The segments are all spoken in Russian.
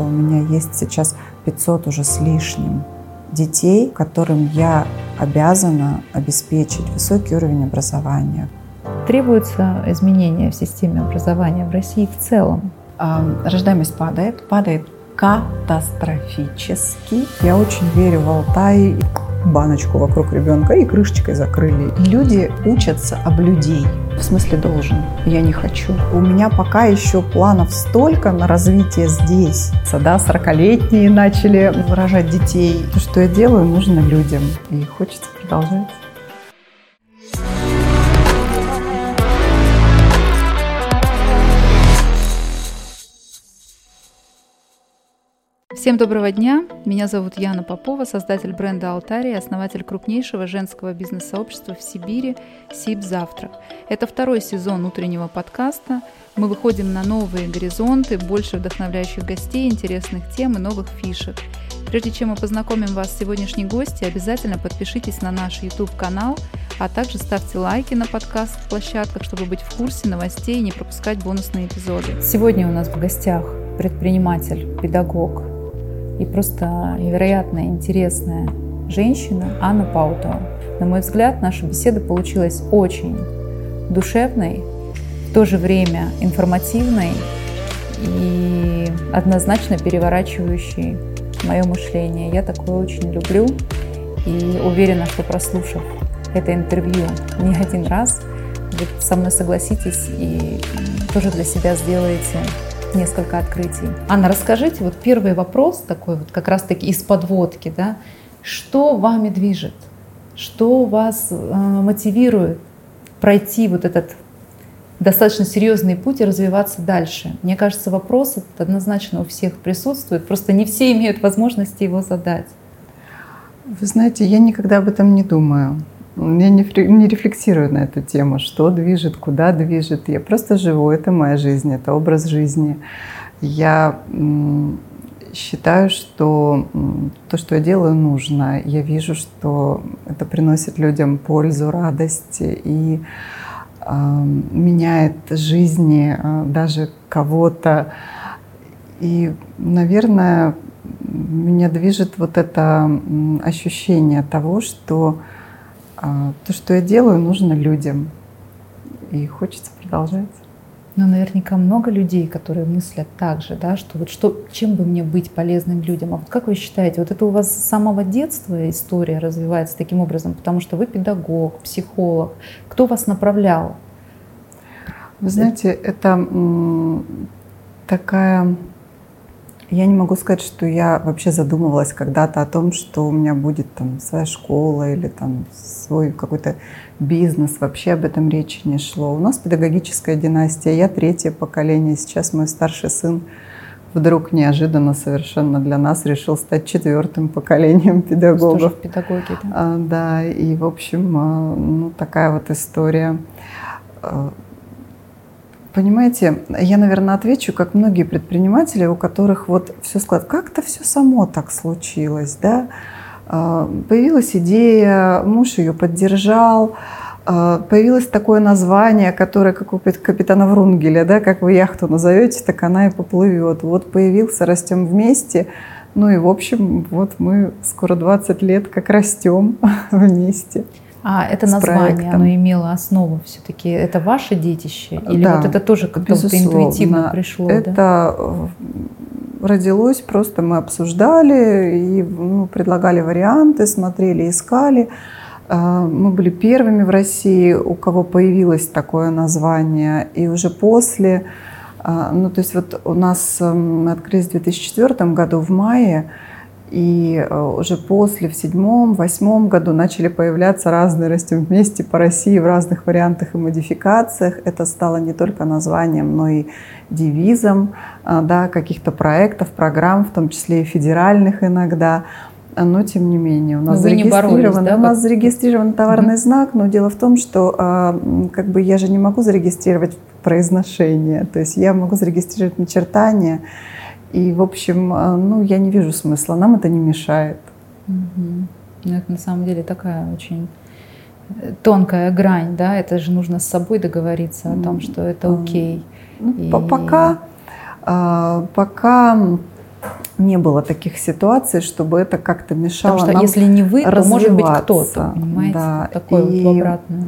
что у меня есть сейчас 500 уже с лишним детей, которым я обязана обеспечить высокий уровень образования. Требуются изменения в системе образования в России в целом? Рождаемость падает катастрофически. Я очень верю в Алтай. Баночку вокруг ребенка и крышечкой закрыли. Люди учатся об людей. В смысле должен. Я не хочу. У меня пока еще планов столько на развитие здесь. Да, 40-летние начали рожать детей. То, что я делаю, нужно людям. И хочется продолжать. Всем доброго дня! Меня зовут Яна Попова, создатель бренда «Алтария», основатель крупнейшего женского бизнес-сообщества в Сибири «СИБ Завтрак». Это второй сезон утреннего подкаста. Мы выходим на новые горизонты, больше вдохновляющих гостей, интересных тем и новых фишек. Прежде чем мы познакомим вас с сегодняшней гостьей, обязательно подпишитесь на наш YouTube-канал, а также ставьте лайки на подкаст-площадках, чтобы быть в курсе новостей и не пропускать бонусные эпизоды. Сегодня у нас в гостях предприниматель, педагог и просто невероятно интересная женщина Анна Паутова. На мой взгляд, наша беседа получилась очень душевной, в то же время информативной и однозначно переворачивающей мое мышление. Я такое очень люблю и уверена, что, прослушав это интервью не один раз, вы со мной согласитесь и тоже для себя сделаете несколько открытий. Анна, расскажите, вот первый вопрос такой вот как раз-таки из подводки, да, что вами движет, что вас мотивирует пройти вот этот достаточно серьезный путь и развиваться дальше? Мне кажется, вопрос этот однозначно у всех присутствует, просто не все имеют возможности его задать. Вы знаете, я никогда об этом не думаю. Я не рефлексирую на эту тему, что движет, куда движет. Я просто живу, это моя жизнь, это образ жизни. Я считаю, что то, что я делаю, нужно. Я вижу, что это приносит людям пользу, радость и меняет жизни даже кого-то. И, наверное, меня движет вот это ощущение того, что то, что я делаю, нужно людям. И хочется продолжать. Но наверняка много людей, которые мыслят так же, да, что вот чем бы мне быть полезным людям. А вот как вы считаете, вот это у вас с самого детства история развивается таким образом, потому что вы педагог, психолог. Кто вас направлял? Вы знаете, это такая... Я не могу сказать, что я вообще задумывалась когда-то о том, что у меня будет там своя школа или там свой какой-то бизнес. Вообще об этом речи не шло. У нас педагогическая династия, я третье поколение. Сейчас мой старший сын вдруг неожиданно совершенно для нас решил стать четвертым поколением педагогов. Тоже в педагоге, да? Да, и в общем, такая вот история. Понимаете, я, наверное, отвечу, как многие предприниматели, у которых вот все складывается. Как-то все само так случилось, да? Появилась идея, муж ее поддержал, появилось такое название, которое, как у капитана Врунгеля, да, как вы яхту назовете, так она и поплывет. Вот появился, растем вместе. Ну и, в общем, вот мы скоро 20 лет как растем вместе. А это название, оно имело основу все-таки? Это ваше детище? Или да, вот это тоже как-то вот интуитивно пришло? Это да? Родилось, просто мы обсуждали и предлагали варианты, смотрели, искали. Мы были первыми в России, у кого появилось такое название. И уже после, то есть вот у нас мы открылись в 2004 году в мае, и уже после, в 2007-2008 году начали появляться разные «Растем вместе» по России в разных вариантах и модификациях. Это стало не только названием, но и девизом, да, каких-то проектов, программ, в том числе и федеральных иногда. Но тем не менее у нас зарегистрирован товарный знак, но дело в том, что я же не могу зарегистрировать произношение, то есть я могу зарегистрировать начертание. И, в общем, я не вижу смысла, нам это не мешает. Ну, это на самом деле такая очень тонкая грань, да? Это же нужно с собой договориться о том, что это окей. Пока не было таких ситуаций, чтобы это как-то мешало Потому что нам если не вы, то может быть развиваться. кто-то, понимаете? Да. Такое вот в обратную.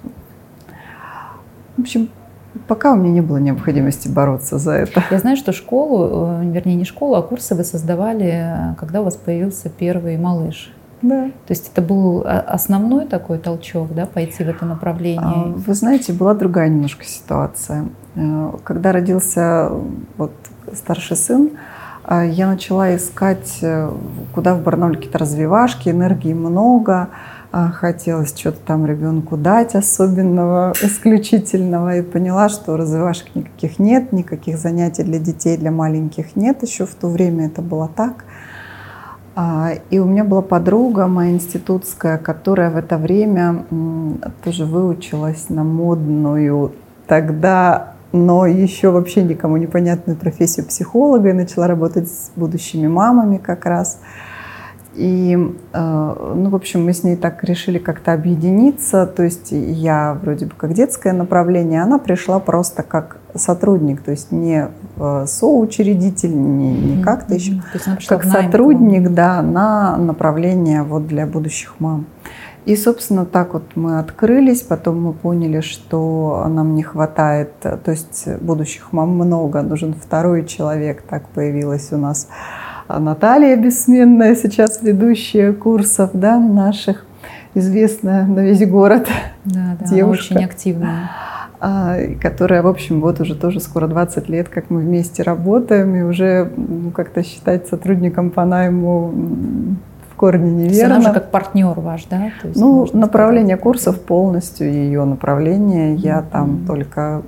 В общем, пока у меня не было необходимости бороться за это. Я знаю, что школу, вернее, не школу, а курсы вы создавали, когда у вас появился первый малыш. Да. То есть это был основной такой толчок, да, пойти в это направление? Вы знаете, была другая немножко ситуация. Когда родился вот старший сын, я начала искать, куда в Барнауле какие-то развивашки, энергии много. Хотелось что-то там ребенку дать особенного, исключительного. И поняла, что развивашек никаких нет, никаких занятий для детей, для маленьких нет. Еще в то время это было так. И у меня была подруга моя институтская, которая в это время тоже выучилась на модную тогда, но еще вообще никому непонятную профессию психолога, и начала работать с будущими мамами как раз. И, ну, в общем, мы с ней так решили как-то объединиться. То есть я вроде бы как детское направление, она пришла просто как сотрудник, то есть не соучредитель, не как-то еще, как сотрудник, да, на направление вот для будущих мам. И, собственно, так вот мы открылись, потом мы поняли, что нам не хватает, то есть будущих мам много, нужен второй человек, так появилась у нас Наталья бессменная, сейчас ведущая курсов, да, наших, известная на весь город, да, девушка. Очень активная. Которая, в общем, вот уже тоже скоро 20 лет, как мы вместе работаем, и уже как-то считать сотрудником по найму в корне неверно. То есть она же как партнер ваш, да? То есть, ну, направление курсов полностью ее направление, я там только...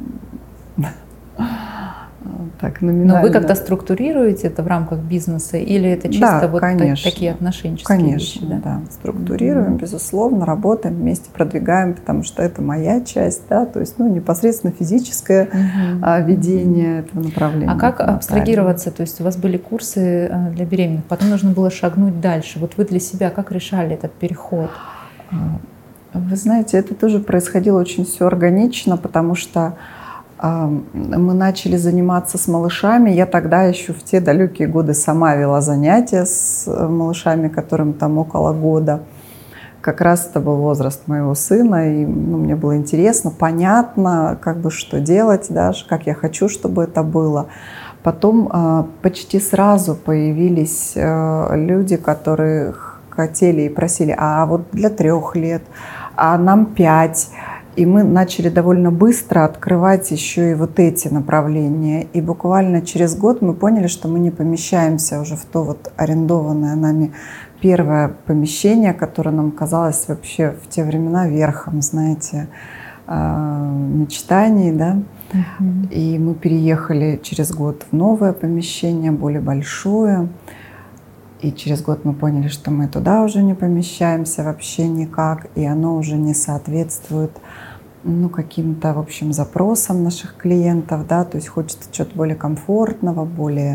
Так, номинально. Но вы как-то структурируете это в рамках бизнеса или это чисто вот такие отношенческие вещи? Да, структурируем, безусловно, работаем вместе, продвигаем, потому что это моя часть, да, то есть, ну, непосредственно физическое ведение этого направления. А как абстрагироваться? То есть у вас были курсы для беременных, потом нужно было шагнуть дальше. Вот вы для себя как решали этот переход? Вы знаете, это тоже происходило очень все органично, потому что мы начали заниматься с малышами. Я тогда еще в те далекие годы сама вела занятия с малышами, которым там около года. Как раз это был возраст моего сына, и мне было интересно, понятно, как бы что делать, даже как я хочу, чтобы это было. Потом почти сразу появились люди, которые хотели и просили, а вот для 3 лет, а нам 5. И мы начали довольно быстро открывать еще и вот эти направления. И буквально через год мы поняли, что мы не помещаемся уже в то вот арендованное нами первое помещение, которое нам казалось вообще в те времена верхом, знаете, мечтаний, да. И мы переехали через год в новое помещение, более большое. И через год мы поняли, что мы туда уже не помещаемся вообще никак, и оно уже не соответствует, ну, каким-то, в общем, запросам наших клиентов, да, то есть хочется чего-то более комфортного, более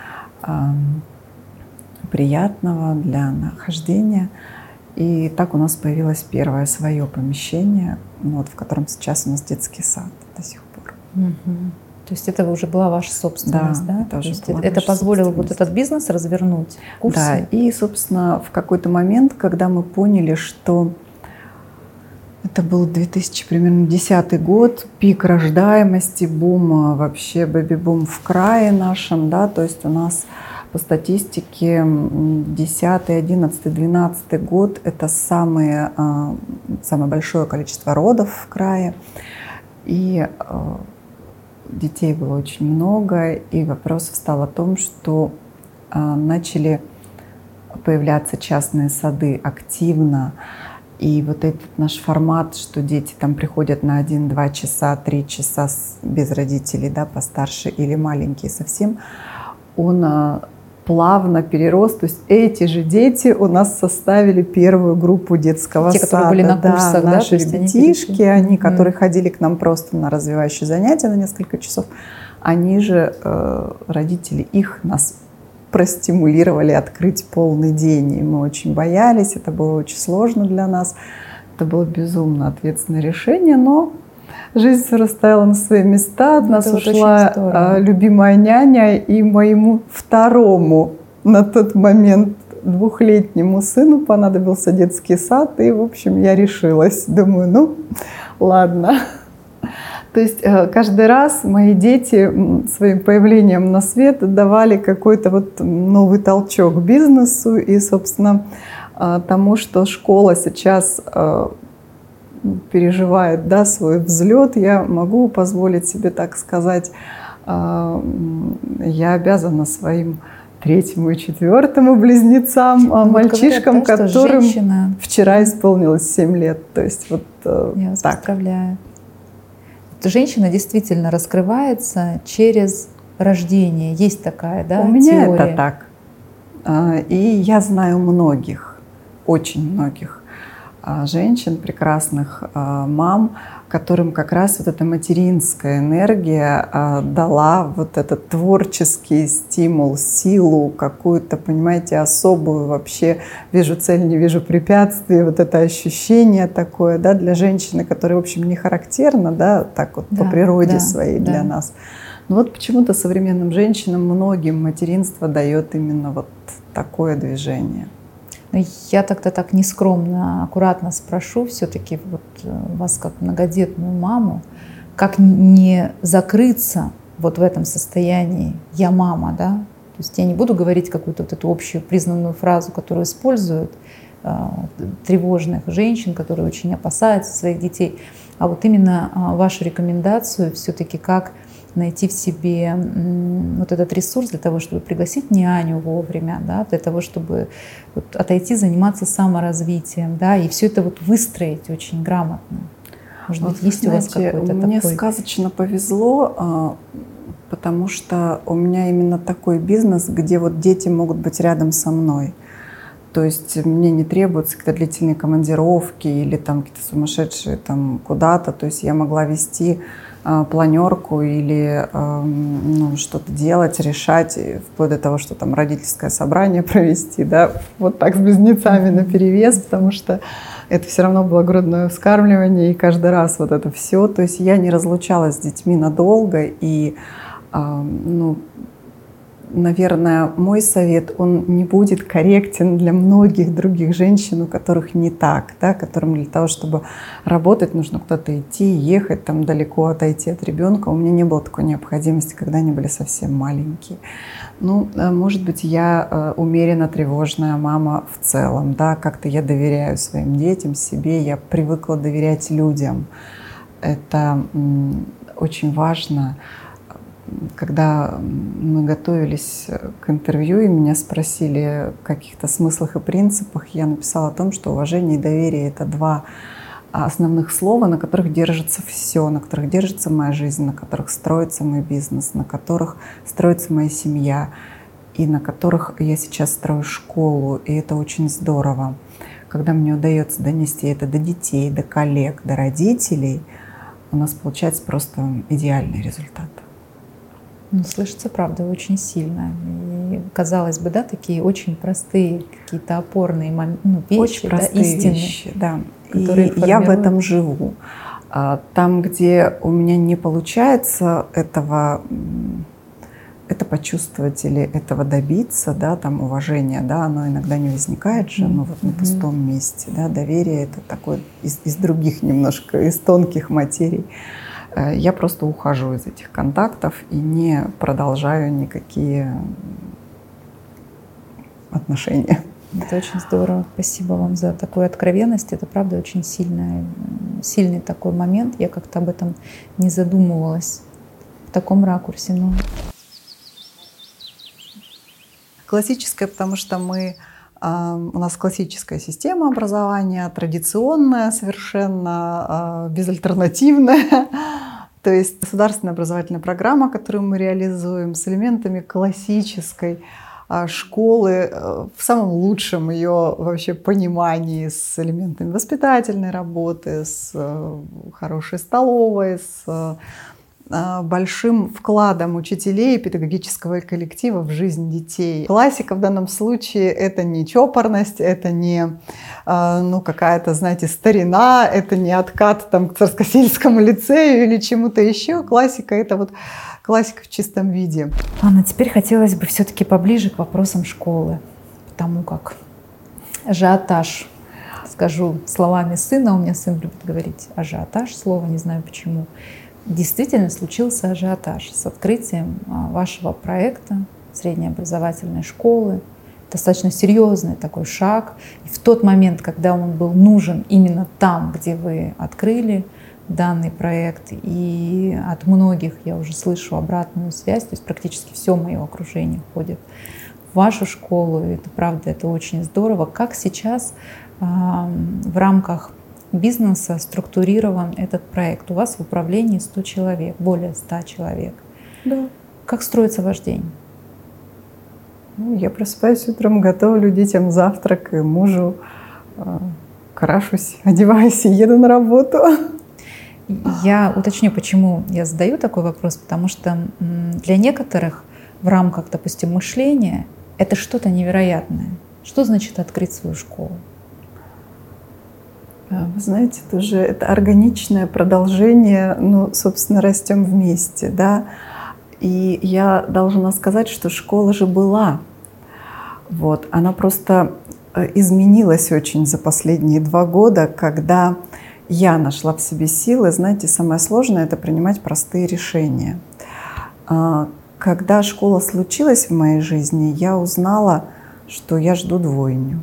приятного для нахождения. И так у нас появилось первое свое помещение, вот, в котором сейчас у нас детский сад до сих пор. То есть это уже была ваша собственность, да? Это, это позволило вот этот бизнес развернуть, курсы? Да, и, собственно, в какой-то момент, когда мы поняли, что это был 2010 год, пик рождаемости, бум, вообще бэби-бум в крае нашем, да, то есть у нас по статистике 10, 11, 12 год – это самое большое количество родов в крае. И детей было очень много, и вопрос встал о том, что начали появляться частные сады активно. И вот этот наш формат, что дети там приходят на 1-2 часа, 3 часа без родителей, да, постарше или маленькие совсем, он плавно перерос. То есть эти же дети у нас составили первую группу детского сада. Те, которые были на курсах, да? Наши ребятишки, они, которые ходили к нам просто на развивающие занятия на несколько часов, они же, родители их, нас простимулировали открыть полный день. И мы очень боялись, это было очень сложно для нас. Это было безумно ответственное решение, но жизнь все расставила на свои места. От нас вот ушла любимая няня, и моему второму на тот момент 2-летнему сыну понадобился детский сад, и, в общем, я решилась. Думаю, ну, ладно. То есть каждый раз мои дети своим появлением на свет давали какой-то вот новый толчок бизнесу и, собственно, тому, что школа сейчас переживает, да, свой взлет, я могу позволить себе так сказать, я обязана своим 3-му и 4-му близнецам, мальчишкам, говорят, да, которым вчера исполнилось 7 лет. То есть вот я вас так. поздравляю. Женщина действительно раскрывается через рождение. Есть такая, да, У меня теория. это так. И я знаю многих, очень многих женщин, прекрасных мам, которым как раз вот эта материнская энергия дала вот этот творческий стимул, силу какую-то, понимаете, особую вообще. Вижу цель, не вижу препятствий, вот это ощущение такое, да, для женщины, которое, в общем, не характерно, да, так вот по природе своей для нас. Но вот почему-то современным женщинам, многим материнство дает именно вот такое движение. Я тогда так нескромно, аккуратно спрошу все-таки вот вас как многодетную маму, как не закрыться вот в этом состоянии «я мама», да? То есть я не буду говорить какую-то вот эту общую признанную фразу, которую используют тревожных женщин, которые очень опасаются своих детей, а вот именно вашу рекомендацию все-таки как найти в себе вот этот ресурс для того, чтобы пригласить няню вовремя, да, для того, чтобы вот отойти, заниматься саморазвитием, да, и все это вот выстроить очень грамотно. Может быть, есть у вас какой-то мне такой? сказочно повезло, потому что у меня именно такой бизнес, где вот дети могут быть рядом со мной. То есть мне не требуются какие-то длительные командировки или там какие-то сумасшедшие там куда-то. То есть я могла вести планерку или что-то делать, решать, вплоть до того, что там родительское собрание провести, да, вот так с близнецами наперевес, потому что это все равно было грудное вскармливание, и каждый раз вот это все. То есть я не разлучалась с детьми надолго, и наверное, мой совет, он не будет корректен для многих других женщин, у которых не так, да, которым для того, чтобы работать, нужно куда-то идти, ехать, там далеко отойти от ребенка. У меня не было такой необходимости, когда они были совсем маленькие. Ну, может быть, я умеренно тревожная мама в целом, да, как-то я доверяю своим детям, себе, я привыкла доверять людям. Это очень важно. Когда мы готовились к интервью и меня спросили о каких-то смыслах и принципах, я написала о том, что уважение и доверие — это 2 основных слова, на которых держится все, на которых держится моя жизнь, на которых строится мой бизнес, на которых строится моя семья и на которых я сейчас строю школу. И это очень здорово. Когда мне удается донести это до детей, до коллег, до родителей, у нас получается просто идеальный результат. Ну, слышится, правда, очень сильно. И, казалось бы, да, такие очень простые, какие-то опорные вещи, очень простые, да, истины, вещи, да. И я в этом живу. Там, где у меня не получается это почувствовать или этого добиться, да, там уважение, да, оно иногда не возникает же, но вот на пустом месте, да, доверие — это такое из других немножко, из тонких материй. Я просто ухожу из этих контактов и не продолжаю никакие отношения. Это очень здорово. Спасибо вам за такую откровенность. Это, правда, очень сильный такой момент. Я как-то об этом не задумывалась в таком ракурсе. Но... Классическое, потому что у нас классическая система образования, традиционная совершенно, безальтернативная. То есть государственная образовательная программа, которую мы реализуем, с элементами классической школы в самом лучшем ее вообще понимании, с элементами воспитательной работы, с хорошей столовой, с большим вкладом учителей и педагогического коллектива в жизнь детей. Классика в данном случае — это не чопорность, это не какая-то, знаете, старина, это не откат там, к Царскосельскому лицею или чему-то еще. Классика — это вот классика в чистом виде. Анна, теперь хотелось бы все-таки поближе к вопросам школы, потому как ажиотаж, скажу словами сына, у меня сын любит говорить ажиотаж, слово, не знаю почему. Действительно случился ажиотаж с открытием вашего проекта среднеобразовательной школы. Достаточно серьезный такой шаг. И в тот момент, когда он был нужен именно там, где вы открыли данный проект, и от многих я уже слышу обратную связь, то есть практически все мое окружение ходит в вашу школу. И это правда, это очень здорово. Как сейчас в рамках бизнеса структурирован этот проект? У вас в управлении 100 человек, более 100 человек. Да. Как строится ваш день? Я просыпаюсь утром, готовлю детям завтрак, и мужу крашусь, одеваюсь и еду на работу. Я уточню, почему я задаю такой вопрос, потому что для некоторых в рамках, допустим, мышления это что-то невероятное. Что значит открыть свою школу? Вы знаете, это органичное продолжение, собственно, растем вместе, да. И я должна сказать, что школа же была. Вот. Она просто изменилась очень за последние 2 года, когда я нашла в себе силы. Знаете, самое сложное — это принимать простые решения. Когда школа случилась в моей жизни, я узнала, что я жду двойню.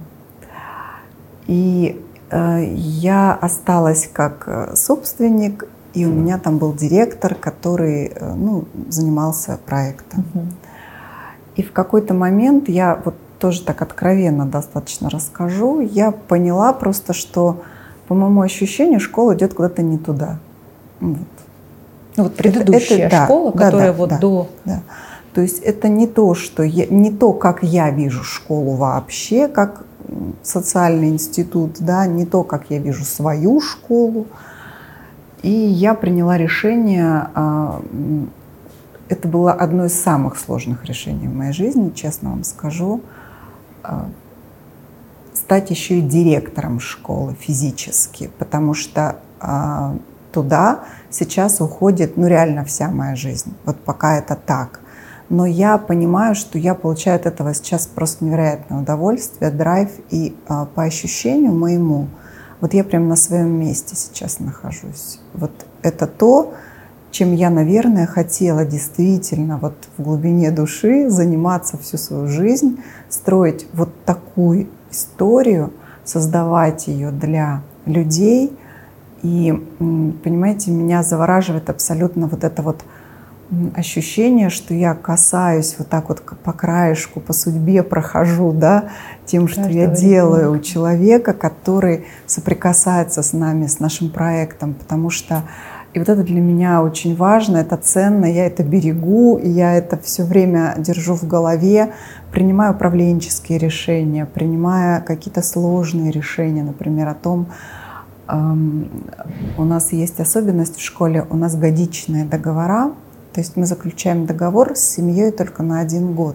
И я осталась как собственник, и у меня там был директор, который занимался проектом. И в какой-то момент, я вот тоже так откровенно достаточно расскажу, я поняла просто, что, по моему ощущению, школа идет куда-то не туда. Вот предыдущая школа, которая до... Да. То есть это не то, как я вижу школу вообще, как социальный институт, да, не то, как я вижу свою школу. И я приняла решение, это было одно из самых сложных решений в моей жизни, честно вам скажу, стать еще и директором школы физически, потому что туда сейчас уходит реально вся моя жизнь. Вот пока это так. Но я понимаю, что я получаю от этого сейчас просто невероятное удовольствие, драйв, и по ощущению моему, вот я прям на своем месте сейчас нахожусь. Вот это то, чем я, наверное, хотела действительно вот в глубине души заниматься всю свою жизнь, строить вот такую историю, создавать ее для людей. И, понимаете, меня завораживает абсолютно вот это вот ощущение, что я касаюсь вот так вот по краешку, по судьбе прохожу, да, тем, что я делаю у человека, который соприкасается с нами, с нашим проектом, потому что и вот это для меня очень важно, это ценно, я это берегу, и я это все время держу в голове, принимаю управленческие решения, принимая какие-то сложные решения, например, о том, у нас есть особенность в школе, у нас годичные договора. То есть мы заключаем договор с семьей только на 1 год.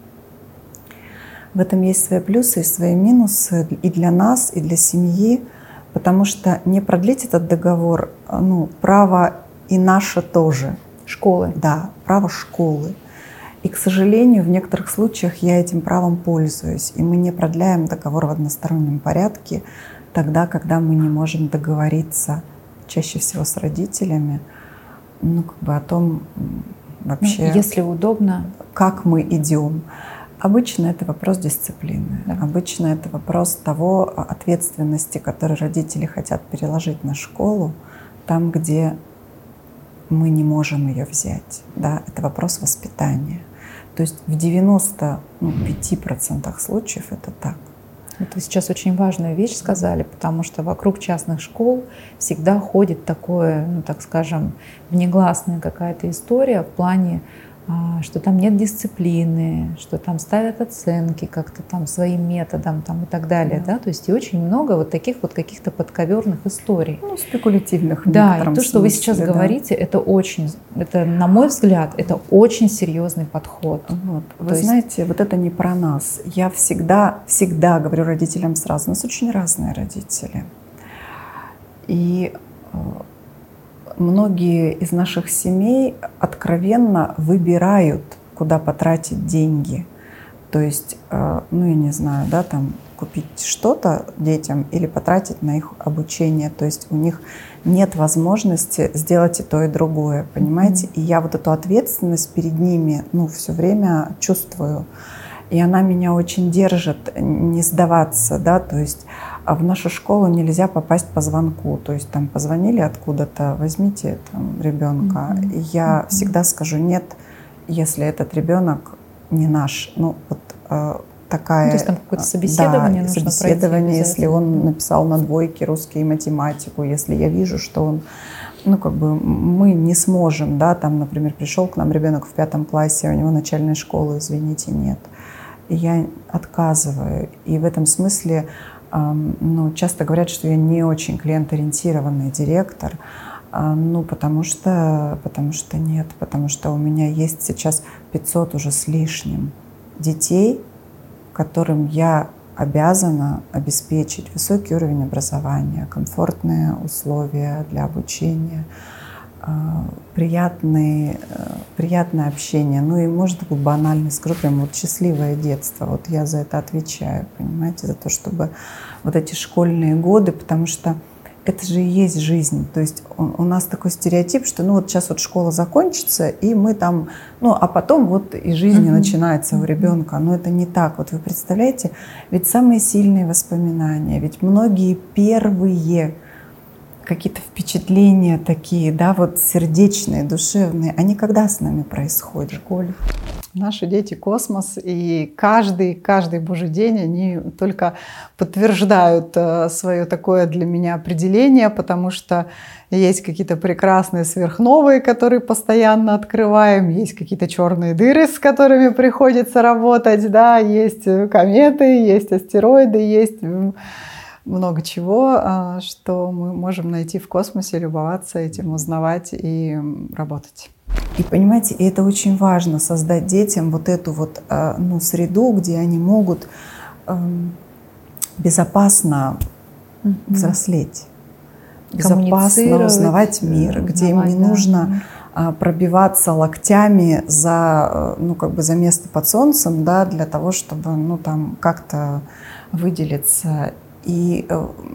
В этом есть свои плюсы и свои минусы и для нас, и для семьи, потому что не продлить этот договор, право и наше тоже. Школы. Да, право школы. И, к сожалению, в некоторых случаях я этим правом пользуюсь, и мы не продляем договор в одностороннем порядке тогда, когда мы не можем договориться, чаще всего с родителями, о том вообще, если удобно, как мы идем. Обычно это вопрос дисциплины. Да. Обычно это вопрос того ответственности, которую родители хотят переложить на школу, там, где мы не можем ее взять. Да? Это вопрос воспитания. То есть в 95% случаев это так. Вы сейчас очень важную вещь сказали, потому что вокруг частных школ всегда ходит такое, так скажем, внегласная какая-то история в плане что там нет дисциплины, что там ставят оценки как-то там своим методом там, и так далее. Да. То есть и очень много вот таких вот каких-то подковерных историй. Ну, спекулятивных. Да, и то, что вы сейчас говорите, это очень, это, на мой взгляд, это очень серьезный подход. Вот. Вы знаете, вот это не про нас. Я всегда говорю родителям сразу, у нас очень разные родители. И многие из наших семей откровенно выбирают, куда потратить деньги. То есть, ну, я не знаю, да, там купить что-то детям или потратить на их обучение. То есть у них нет возможности сделать и то, и другое, понимаете? И я вот эту ответственность перед ними, ну, все время чувствую. И она меня очень держит не сдаваться, да, то есть в нашу школу нельзя попасть по звонку, то есть там позвонили откуда-то, возьмите там ребенка. И я всегда скажу нет, если этот ребенок не наш. Ну, вот такая... Ну, то есть там какое-то собеседование да, нужно собеседование, если он написал на двойке русский и математику, если я вижу, что он... Ну, как бы мы не сможем, да, там, например, пришел к нам ребенок в 5 классе, у него начальной школы, извините, нет. И я отказываю. И в этом смысле, ну, часто говорят, что я не очень клиент-ориентированный директор, ну, потому что нет, потому что у меня есть сейчас 500 уже с лишним детей, которым я обязана обеспечить высокий уровень образования, комфортные условия для обучения, приятное общение. Ну и, может быть, банально скажу, прям вот счастливое детство. Вот я за это отвечаю, понимаете, за то, чтобы вот эти школьные годы, потому что это же и есть жизнь. То есть у нас такой стереотип, что ну вот сейчас вот школа закончится, и мы там, ну а потом вот и жизнь начинается у ребенка. Но это не так. Вот вы представляете, ведь самые сильные воспоминания, ведь многие первые какие-то впечатления такие, да, вот сердечные, душевные, они когда с нами происходят? В школе. Наши дети — космос, и каждый божий день они только подтверждают свое такое для меня определение, потому что есть какие-то прекрасные сверхновые, которые постоянно открываем, есть какие-то черные дыры, с которыми приходится работать, да, есть кометы, есть астероиды, есть много чего, что мы можем найти в космосе, любоваться этим, узнавать и работать. И понимаете, и это очень важно, создать детям вот эту вот ну, среду, где они могут безопасно взрослеть, безопасно узнавать мир, где им не нужно пробиваться локтями за, ну, как бы за место под солнцем, да, для того, чтобы, ну, там как-то выделиться. И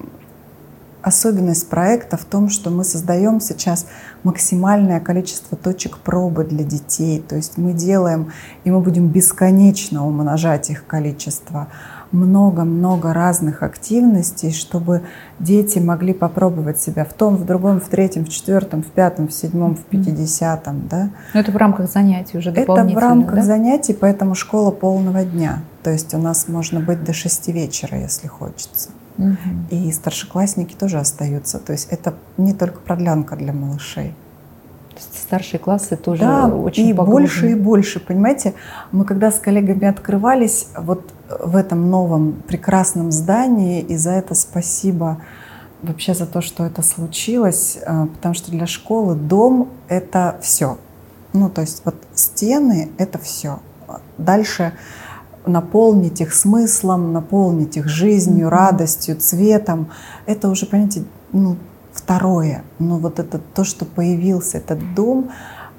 особенность проекта в том, что мы создаем сейчас максимальное количество точек пробы для детей. То есть мы делаем, и мы будем бесконечно умножать их количество. Много-много разных активностей, чтобы дети могли попробовать себя в том, в другом, в третьем, в четвертом, в пятом, в седьмом, в 50-м. Да? Но это в рамках занятий уже дополнительно, это в рамках да? занятий, поэтому школа полного дня. То есть у нас можно быть до 6 вечера, если хочется. И старшеклассники тоже остаются. То есть это не только продлянка для малышей. То есть старшие классы тоже очень и погружены. Больше и больше. Понимаете, мы когда с коллегами открывались вот в этом новом прекрасном здании, и за это спасибо вообще за то, что это случилось, потому что для школы дом — это все. Ну, то есть вот стены — это все. Дальше наполнить их смыслом, наполнить их жизнью, радостью, цветом. Это уже, понимаете, ну, второе. Но вот это то, что появился этот дом,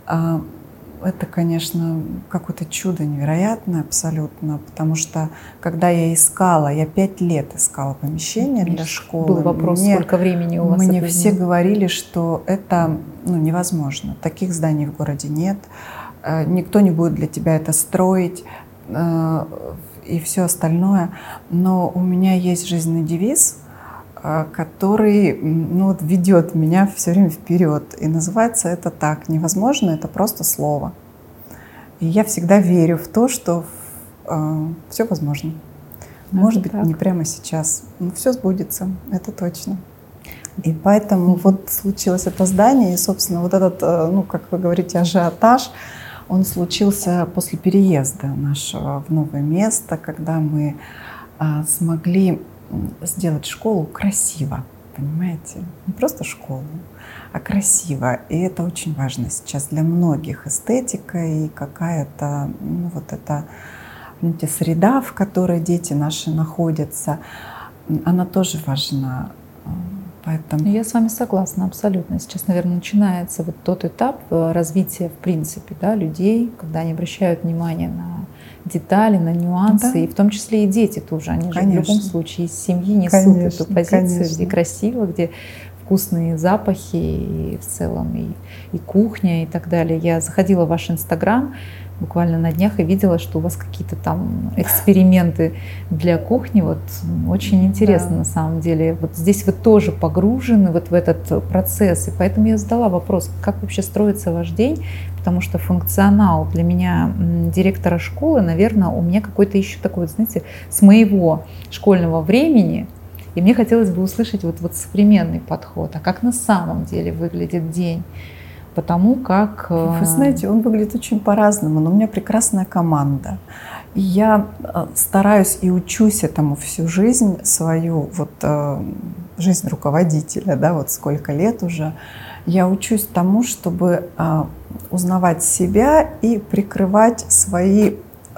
это, конечно, какое-то чудо невероятное абсолютно, потому что когда я искала, я 5 лет искала помещение для школы. Был вопрос, сколько времени у вас? Мне все говорили, что это невозможно. Таких зданий в городе нет. Никто не будет для тебя это строить и все остальное. Но у меня есть жизненный девиз, который вот ведет меня все время вперед. И называется это так: невозможно — это просто слово. И я всегда верю в то, что все возможно. Может быть, не прямо сейчас, но все сбудется, это точно. И поэтому вот случилось это здание, и, собственно, вот этот, как вы говорите, ажиотаж, Он случился после переезда нашего в новое место, когда мы смогли сделать школу красиво, понимаете? Не просто школу, а красиво. И это очень важно сейчас для многих. Эстетика и какая-то, вот эта, понимаете, среда, в которой дети наши находятся, она тоже важна. Поэтому... Я с вами согласна абсолютно. Сейчас, наверное, начинается вот тот этап развития, в принципе, да, людей, когда они обращают внимание на детали, на нюансы, и в том числе и дети тоже. Они же в любом случае из семьи несут эту позицию, где красиво, где вкусные запахи, и в целом и кухня, и так далее. Я заходила в ваш Инстаграм буквально на днях и видела, что у вас какие-то там эксперименты для кухни. Вот очень интересно на самом деле. Вот здесь вы тоже погружены вот в этот процесс. И поэтому я задала вопрос, как вообще строится ваш день, потому что функционал для меня директора школы, наверное, у меня какой-то еще такой, знаете, с моего школьного времени. И мне хотелось бы услышать вот современный подход. А как на самом деле выглядит день? Потому как... Вы знаете, он выглядит очень по-разному, но у меня прекрасная команда. И я стараюсь и учусь этому всю жизнь, свою жизнь руководителя, да, вот сколько лет уже. Я учусь тому, чтобы узнавать себя и прикрывать свои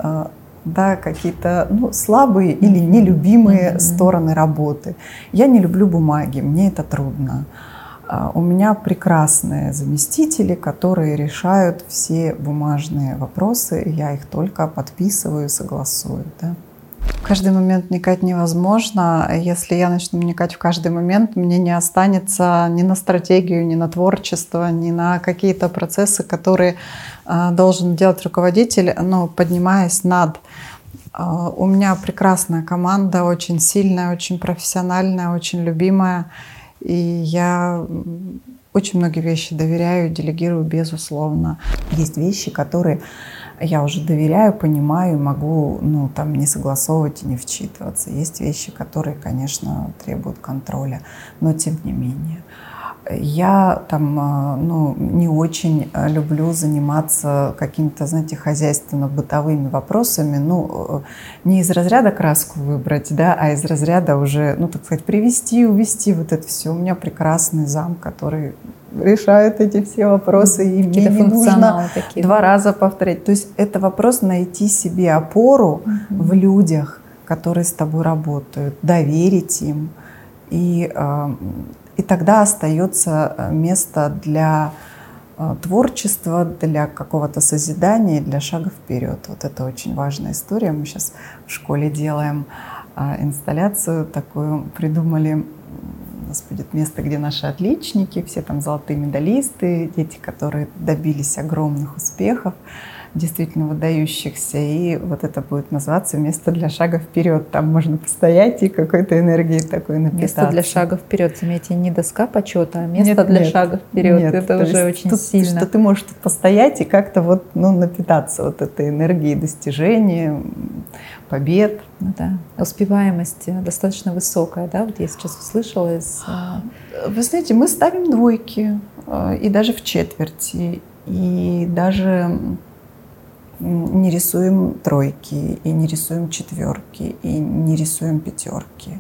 какие-то слабые или нелюбимые стороны работы. Я не люблю бумаги, мне это трудно. У меня прекрасные заместители, которые решают все бумажные вопросы, и я их только подписываю, согласую. Да? В каждый момент вникать невозможно. Если я начну вникать в каждый момент, мне не останется ни на стратегию, ни на творчество, ни на какие-то процессы, которые должен делать руководитель, поднимаясь над. У меня прекрасная команда, очень сильная, очень профессиональная, очень любимая. И я очень многие вещи доверяю, делегирую, безусловно. Есть вещи, которые я уже доверяю, понимаю, могу не согласовывать и не вчитываться. Есть вещи, которые, конечно, требуют контроля, но тем не менее. Я не очень люблю заниматься какими-то, знаете, хозяйственно-бытовыми вопросами. Не из разряда краску выбрать, да, а из разряда уже, так сказать, привезти, увезти вот это все. У меня прекрасный зам, который решает эти все вопросы, и мне не нужно два раза повторять. То есть это вопрос найти себе опору в людях, которые с тобой работают, доверить им. И тогда остается место для творчества, для какого-то созидания, для шага вперед. Вот это очень важная история. Мы сейчас в школе делаем инсталляцию такую, придумали, у нас будет место, где наши отличники, все там золотые медалисты, дети, которые добились огромных успехов, действительно выдающихся, и вот это будет называться «Место для шага вперед». Там можно постоять и какой-то энергией такой напитаться. Место для шага вперед, заметьте, не доска почета, а место для шага вперед. Нет, это уже очень сильно. Что ты можешь тут постоять и как-то напитаться вот этой энергией достижения, побед. Да. Успеваемость достаточно высокая, да? Вот я сейчас услышала из... Вы знаете, мы ставим двойки, и даже в четверти, и даже не рисуем тройки, и не рисуем четверки, и не рисуем пятерки.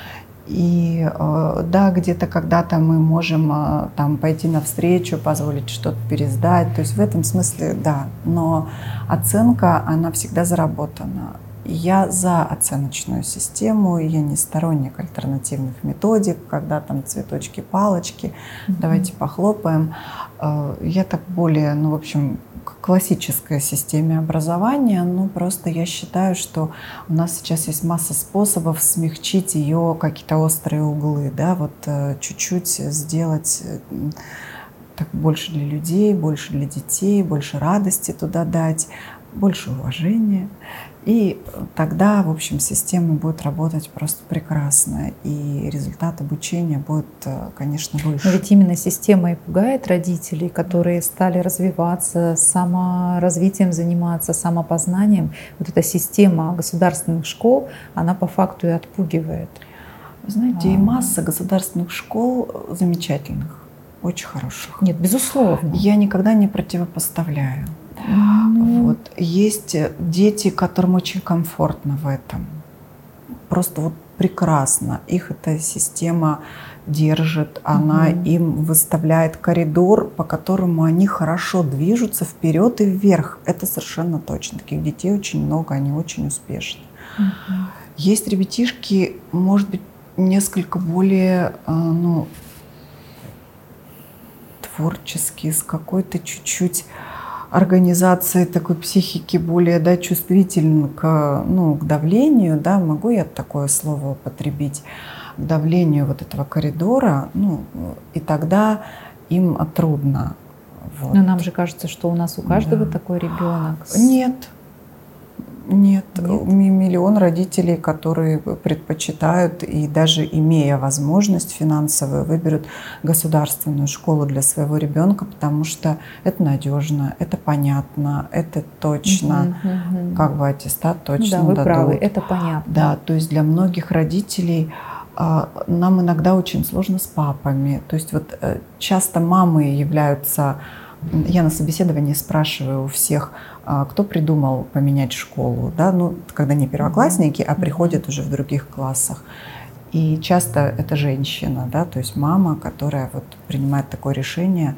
И да, где-то когда-то мы можем пойти навстречу, позволить что-то пересдать. То есть в этом смысле да, но оценка, она всегда заработана. Я за оценочную систему, я не сторонник альтернативных методик, когда там цветочки, палочки, давайте похлопаем. Я так более, к классической системе образования, просто я считаю, что у нас сейчас есть масса способов смягчить ее какие-то острые углы, да, чуть-чуть сделать так больше для людей, больше для детей, больше радости туда дать, больше уважения. И тогда, в общем, система будет работать просто прекрасно, и результат обучения будет, конечно, выше. Но ведь именно система и пугает родителей, которые стали развиваться, саморазвитием заниматься, самопознанием. Вот эта система государственных школ, она по факту и отпугивает. Вы знаете, и масса государственных школ замечательных, очень хороших. Нет, безусловно. Я никогда не противопоставляю. Вот. Есть дети, которым очень комфортно в этом. Просто вот прекрасно. Их эта система держит, она им выставляет коридор, по которому они хорошо движутся вперед и вверх. Это совершенно точно. Таких детей очень много, они очень успешны. Есть ребятишки, может быть, несколько более творческие, с какой-то чуть-чуть организацией такой психики более чувствительны к давлению, могу я такое слово употребить, к давлению вот этого коридора, и тогда им трудно. Вот. Но нам же кажется, что у нас у каждого такой ребенок. Нет. Миллион родителей, которые предпочитают и даже имея возможность финансовую, выберут государственную школу для своего ребенка, потому что это надежно, это понятно, это точно, как бы аттестат точно дадут. Да, вы правы, это понятно. Да, то есть для многих родителей нам иногда очень сложно с папами. То есть вот часто мамы являются... Я на собеседовании спрашиваю у всех, кто придумал поменять школу, когда не первоклассники, а приходят уже в других классах. И часто это женщина, то есть мама, которая вот принимает такое решение.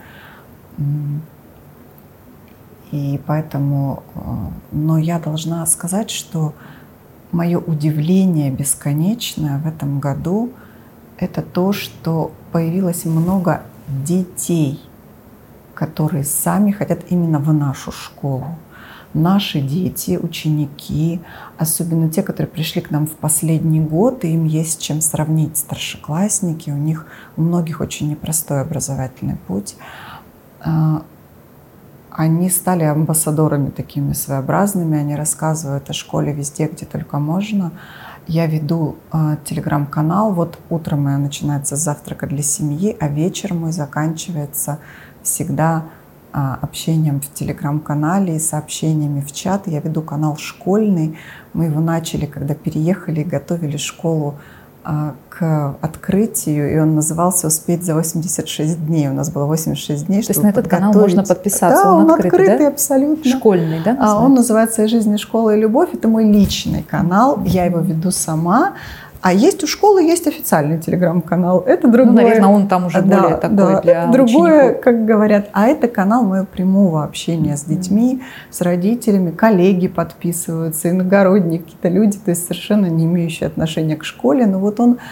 И поэтому, но я должна сказать, что мое удивление бесконечное в этом году – это то, что появилось много детей, которые сами хотят именно в нашу школу. Наши дети, ученики, особенно те, которые пришли к нам в последний год, и им есть с чем сравнить, старшеклассники, у многих очень непростой образовательный путь. Они стали амбассадорами такими своеобразными, они рассказывают о школе везде, где только можно. Я веду телеграм-канал, вот утром мое начинается с завтрака для семьи, а вечер мой заканчивается всегда общением в телеграм-канале и сообщениями в чат. Я веду канал школьный. Мы его начали, когда переехали и готовили школу к открытию, и он назывался «Успеть за 86 дней». У нас было 86 дней, чтобы подготовить. То есть на этот канал можно подписаться? Да, он открытый, абсолютно. Школьный, да? Он называется «Из жизни школы и любовь». Это мой личный канал. Я его веду сама. А есть у школы есть официальный телеграм-канал. Это другое. Наверное, он там уже более такой для другое, учеников. Как говорят. А это канал моего прямого общения с детьми, с родителями. Коллеги подписываются, иногородние какие-то люди, то есть совершенно не имеющие отношения к школе. Но вот он...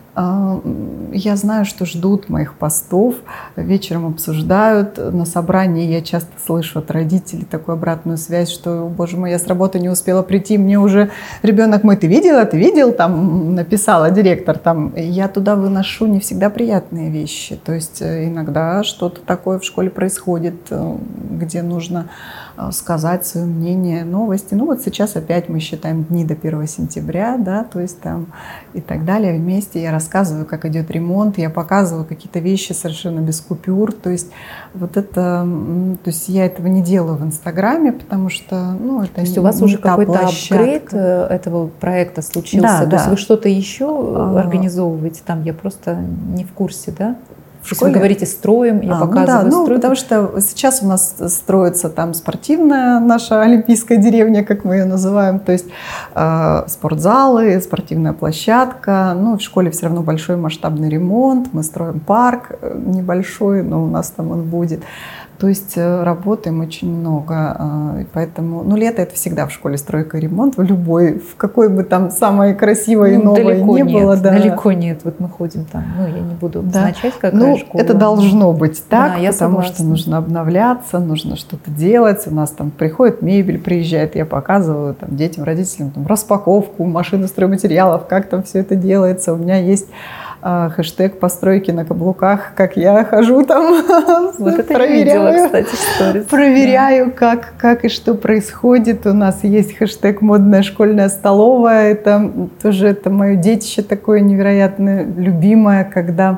Я знаю, что ждут моих постов, вечером обсуждают. На собрании я часто слышу от родителей такую обратную связь, что, боже мой, я с работы не успела прийти, мне уже ребенок мой, ты видел, там написала директор, там. Я туда выношу не всегда приятные вещи. То есть иногда что-то такое в школе происходит, где нужно сказать свое мнение, новости. Вот сейчас опять мы считаем дни до 1 сентября, то есть там и так далее. Вместе я рассказываю, как идет ремонт, я показываю какие-то вещи совершенно без купюр. То есть вот это, то есть я этого не делаю в Инстаграме, потому что, это то есть у вас уже какой-то апгрейд этого проекта случился? То есть вы что-то еще организовываете там? Я просто не в курсе, да? Вы говорите, строим, я показываю стройку. Потому что сейчас у нас строится там спортивная наша олимпийская деревня, как мы ее называем, то есть спортзалы, спортивная площадка. В школе все равно большой масштабный ремонт, мы строим парк небольшой, но у нас там он будет. То есть работаем очень много, и поэтому, лето это всегда в школе стройка и ремонт, в какой бы там самой красивой и новой не было. Да. Далеко нет, вот мы ходим там, я не буду обозначать, какая школа. Это должно быть так, да, потому что нужно обновляться, нужно что-то делать, у нас там приходит мебель, приезжает, я показываю там детям, родителям распаковку машины стройматериалов, как там все это делается, у меня есть хэштег постройки на каблуках, как я хожу там, вот это проверяю, я видела, кстати, сторис. Проверяю, как и что происходит. У нас есть хэштег модная школьная столовая. Это тоже это мое детище такое невероятно любимое, когда,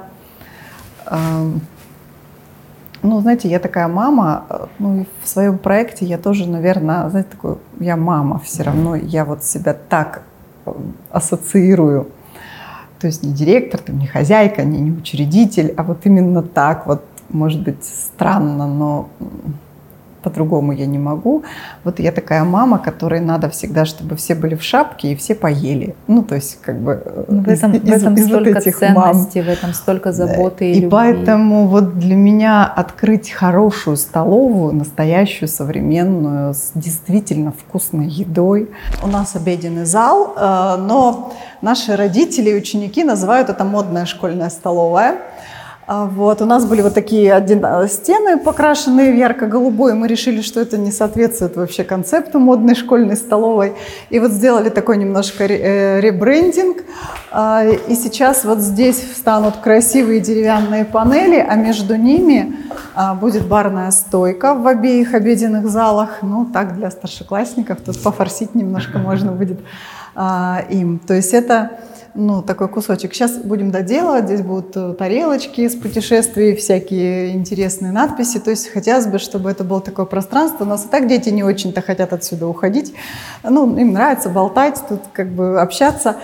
знаете, я такая мама, и в своем проекте я тоже, наверное, знаете, такой, я мама все равно, я вот себя так ассоциирую. То есть не директор, не хозяйка, не учредитель, а вот именно так, вот, может быть, странно, но по-другому я не могу. Вот я такая мама, которой надо всегда, чтобы все были в шапке и все поели. Ну, то есть, как бы в этом столько вот ценности, в этом столько заботы и любви. Поэтому вот для меня открыть хорошую столовую, настоящую, современную, с действительно вкусной едой. У нас обеденный зал, но наши родители и ученики называют это модная школьная столовая. Вот. У нас были вот такие стены, покрашенные в ярко-голубой. Мы решили, что это не соответствует вообще концепту модной школьной столовой. И вот сделали такой немножко ребрендинг. И сейчас вот здесь встанут красивые деревянные панели, а между ними будет барная стойка в обеих обеденных залах. Ну, так, для старшеклассников тут пофорсить немножко можно будет им. То есть это... Ну, такой кусочек. Сейчас будем доделывать. Здесь будут тарелочки из путешествий, всякие интересные надписи. То есть хотелось бы, чтобы это было такое пространство. У нас и так дети не очень-то хотят отсюда уходить. Ну, им нравится болтать, тут как бы общаться.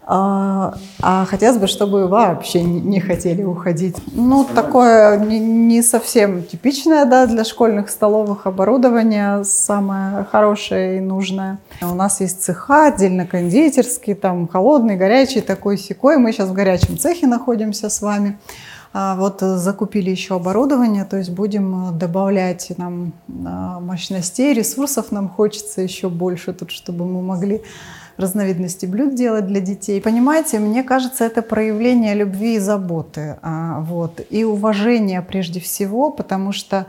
А хотелось бы, чтобы вообще не хотели уходить. Ну, такое не совсем типичное, да, для школьных столовых оборудование, самое хорошее и нужное. У нас есть цеха, отдельно кондитерский, там холодный, горячий, такой-сякой. Мы сейчас в горячем цехе находимся с вами. Вот закупили еще оборудование, то есть будем добавлять нам мощностей, ресурсов нам хочется еще больше, тут, чтобы мы могли разновидности блюд делать для детей. Понимаете, мне кажется, это проявление любви и заботы, вот, и уважения прежде всего, потому что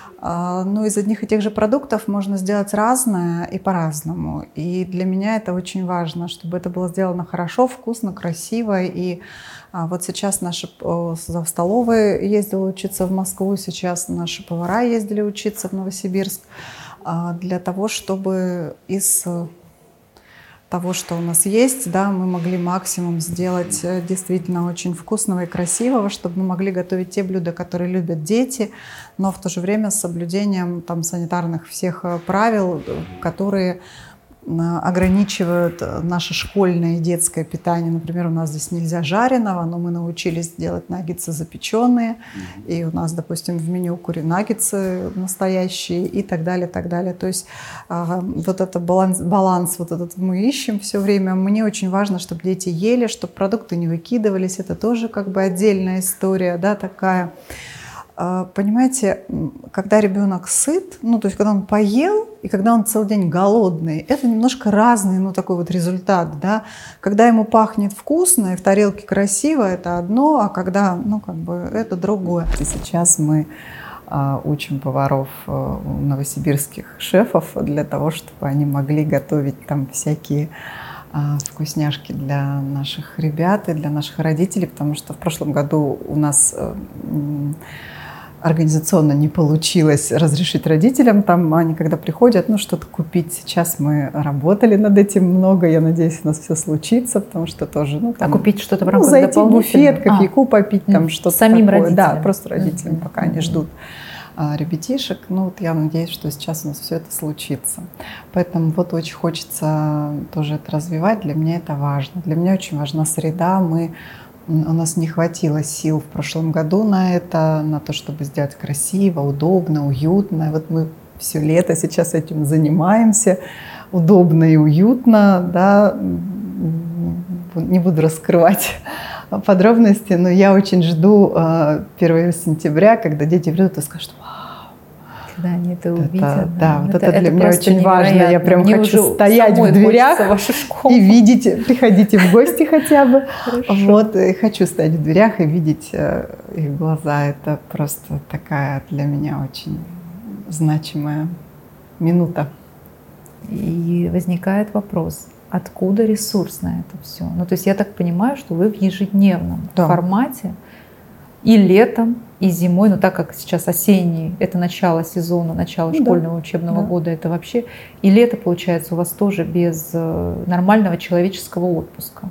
ну, из одних и тех же продуктов можно сделать разное и по-разному. И для меня это очень важно, чтобы это было сделано хорошо, вкусно, красиво. И вот сейчас наши столовые ездили учиться в Москву, сейчас наши повара ездили учиться в Новосибирск для того, чтобы из того, что у нас есть, да, мы могли максимум сделать действительно очень вкусного и красивого, чтобы мы могли готовить те блюда, которые любят дети, но в то же время с соблюдением там санитарных всех правил, которые ограничивают наше школьное и детское питание. Например, у нас здесь нельзя жареного, но мы научились делать наггетсы запеченные. И у нас, допустим, в меню наггетсы настоящие и так далее, так далее. То есть вот этот баланс вот этот мы ищем все время. Мне очень важно, чтобы дети ели, чтобы продукты не выкидывались. Это тоже как бы отдельная история, да, такая. Понимаете, когда ребенок сыт, ну, то есть когда он поел, и когда он целый день голодный, это немножко разный, ну, такой вот результат, да. Когда ему пахнет вкусно и в тарелке красиво, это одно, а когда, ну, как бы, это другое. И сейчас мы учим поваров новосибирских шефов для того, чтобы они могли готовить там всякие вкусняшки для наших ребят и для наших родителей, потому что в прошлом году у нас организационно не получилось разрешить родителям, там они когда приходят, ну что-то купить. Сейчас мы работали над этим много, я надеюсь, у нас все случится, потому что тоже, ну там, купить что-то в рамках зайти в буфет, кофейку попить, там что-то самим такое. Родителям. Да, просто родителям, пока они ждут ребятишек. Ну вот я надеюсь, что сейчас у нас все это случится. Поэтому вот очень хочется тоже это развивать. Для меня это важно. Для меня очень важна среда. У нас не хватило сил в прошлом году на это, на то, чтобы сделать красиво, удобно, уютно. Вот мы все лето сейчас этим занимаемся. Удобно и уютно, да. Не буду раскрывать подробности, но я очень жду 1 сентября, когда дети придут и скажут: когда они это увидят. Да, вот это для меня очень важно. Я прям Мне хочу стоять в дверях и видеть, приходите в гости хотя бы. Вот, и хочу стоять в дверях и видеть их глаза. Это просто такая для меня очень значимая минута. И возникает вопрос: откуда ресурс на это все? Ну, то есть я так понимаю, что вы в ежедневном формате и летом, и зимой, но так как сейчас осенний, это начало сезона, начало школьного учебного года, это вообще, и лето, получается, у вас тоже без нормального человеческого отпуска.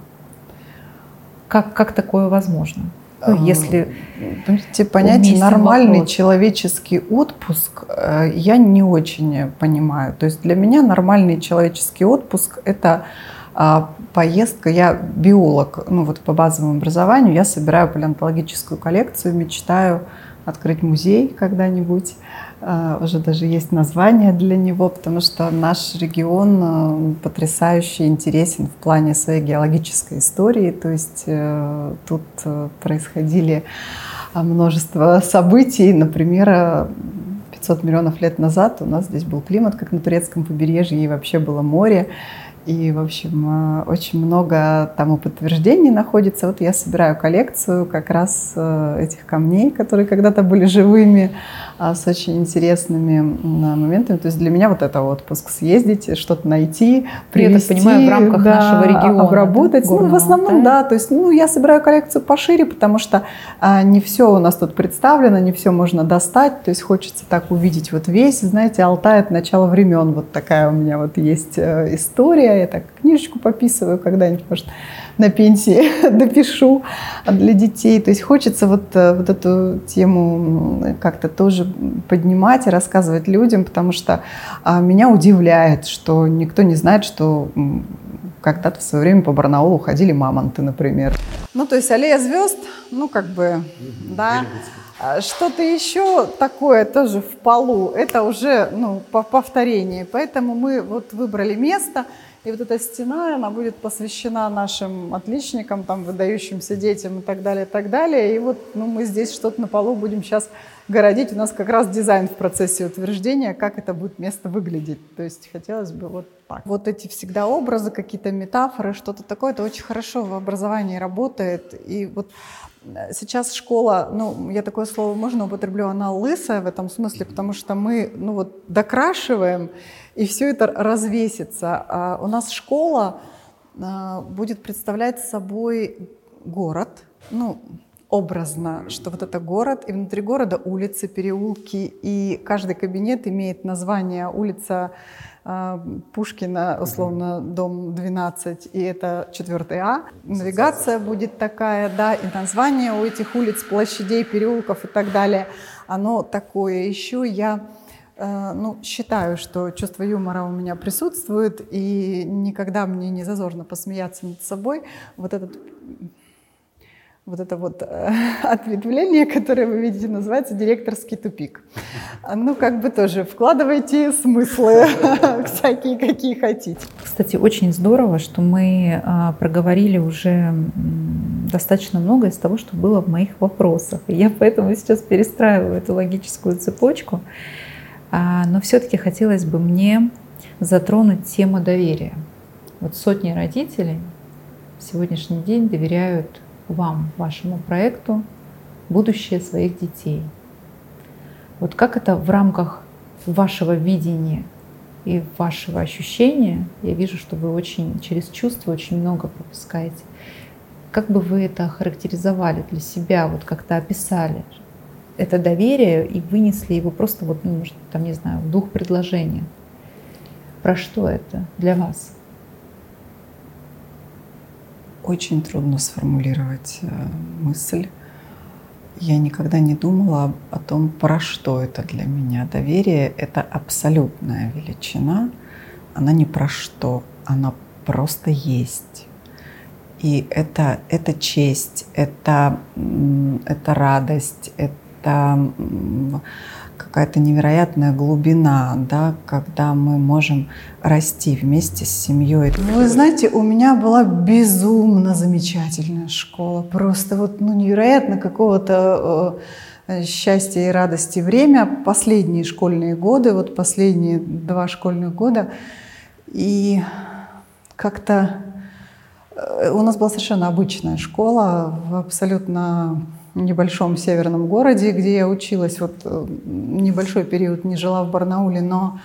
Как такое возможно? Ну, если понятие нормальный человеческий отпуск я не очень понимаю. То есть для меня нормальный человеческий отпуск — это поездка. Я биолог, ну вот по базовому образованию, я собираю палеонтологическую коллекцию, мечтаю открыть музей когда-нибудь. Уже даже есть название для него, потому что наш регион потрясающе интересен в плане своей геологической истории. То есть тут происходили множество событий. Например, 500 миллионов лет назад у нас здесь был климат, как на турецком побережье, и вообще было море. И, в общем, очень много тому подтверждений находится. Вот я собираю коллекцию как раз этих камней, которые когда-то были живыми, с очень интересными моментами. То есть для меня вот это отпуск, съездить, что-то найти, привезти, я так понимаю, в рамках нашего региона, обработать. Да? В основном, да. То есть я собираю коллекцию пошире, потому что не все у нас тут представлено, не все можно достать. То есть хочется так увидеть вот весь, знаете, Алтай от начала времен. Вот такая у меня вот есть история. Я так книжечку пописываю когда-нибудь, может, на пенсии допишу для детей. То есть хочется вот эту тему как-то тоже поднимать и рассказывать людям, потому что меня удивляет, что никто не знает, что когда-то в свое время по Барнаулу ходили мамонты, например. То есть аллея звезд, да. Что-то еще такое тоже в полу, это уже повторение. Поэтому мы вот выбрали место. И вот эта стена, она будет посвящена нашим отличникам, выдающимся детям и так далее, и так далее. И вот мы здесь что-то на полу будем сейчас городить. У нас как раз дизайн в процессе утверждения, как это будет место выглядеть. То есть хотелось бы вот так. Вот эти всегда образы, какие-то метафоры, что-то такое, это очень хорошо в образовании работает. И вот сейчас школа, я такое слово можно употреблю, она лысая в этом смысле, потому что мы докрашиваем, и все это развесится. А у нас школа будет представлять собой город, образно, что вот это город, и внутри города улицы, переулки, и каждый кабинет имеет название: улица Пушкина, условно, дом 12, и это 4А. Навигация будет такая, да, и название у этих улиц, площадей, переулков и так далее, оно такое. Еще я считаю, что чувство юмора у меня присутствует, и никогда мне не зазорно посмеяться над собой. Вот это ответвление, которое вы видите, называется директорский тупик. Тоже вкладывайте смыслы всякие, какие хотите. Кстати, очень здорово, что мы проговорили уже достаточно много из того, что было в моих вопросах. И я поэтому сейчас перестраиваю эту логическую цепочку. Но все-таки хотелось бы мне затронуть тему доверия. Вот сотни родителей в сегодняшний день доверяют вам, вашему проекту, будущее своих детей. Вот как это в рамках вашего видения и вашего ощущения? Я вижу, что вы очень через чувства очень много пропускаете. Как бы вы это охарактеризовали для себя, вот как-то описали это доверие и вынесли его просто в двух предложениях? Про что это для вас? Очень трудно сформулировать мысль. Я никогда не думала о том, про что это для меня. Доверие — это абсолютная величина. Она не про что, она просто есть. И это честь, это радость, это какая-то невероятная глубина, да, когда мы можем расти вместе с семьей. Вы знаете, у меня была безумно замечательная школа, просто невероятно какого-то счастья и радости время, последние школьные годы, последние 2 школьных года, и как-то у нас была совершенно обычная школа в абсолютно небольшом северном городе, где я училась. Небольшой период не жила в Барнауле, но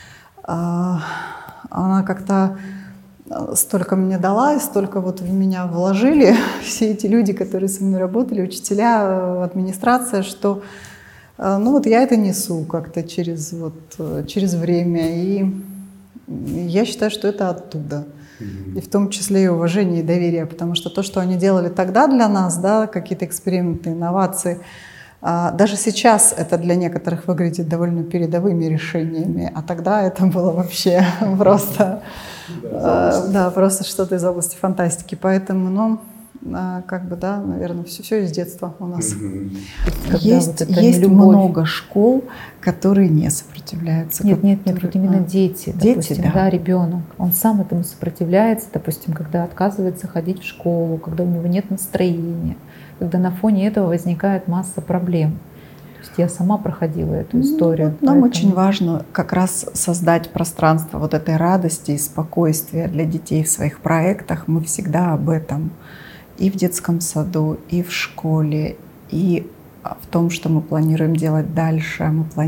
она как-то столько мне дала, и столько в меня вложили все эти люди, которые со мной работали, учителя, администрация, что я это несу как-то через время. И я считаю, что это оттуда. И в том числе и уважение, и доверие, потому что то, что они делали тогда для нас, да, какие-то эксперименты, инновации, даже сейчас это для некоторых выглядит довольно передовыми решениями, а тогда это было вообще просто, просто что-то из области фантастики. Поэтому, как бы, да, наверное, все из детства у нас. Есть много школ, которые не сопротивляются. Нет, вот именно дети, допустим, да, ребенок, он сам этому сопротивляется, допустим, когда отказывается ходить в школу, когда у него нет настроения, когда на фоне этого возникает масса проблем. То есть я сама проходила эту историю. Нам очень важно как раз создать пространство вот этой радости и спокойствия для детей в своих проектах. Мы всегда об этом. И в детском саду, и в школе, и в том, что мы планируем делать дальше.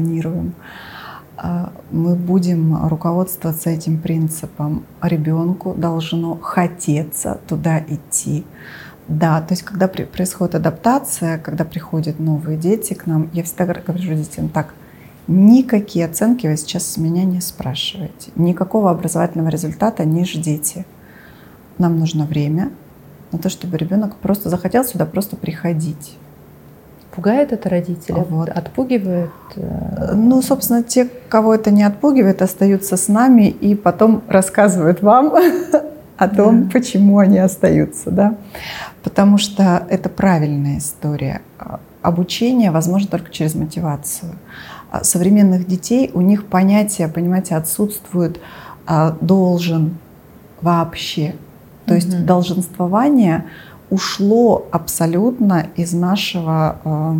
Мы будем руководствоваться этим принципом. Ребенку должно хотеться туда идти. Да, то есть когда происходит адаптация, когда приходят новые дети к нам, я всегда говорю родителям так: никакие оценки вы сейчас с меня не спрашиваете, никакого образовательного результата не ждите. Нам нужно время на то, чтобы ребенок просто захотел сюда просто приходить. Пугает это родителей? Вот. Отпугивает? Собственно, те, кого это не отпугивает, остаются с нами и потом рассказывают вам о том, почему они остаются. Да? Потому что это правильная история. Обучение возможно только через мотивацию. Современных детей, у них понятие, понимаете, отсутствует «должен» вообще. То есть долженствование ушло абсолютно из нашего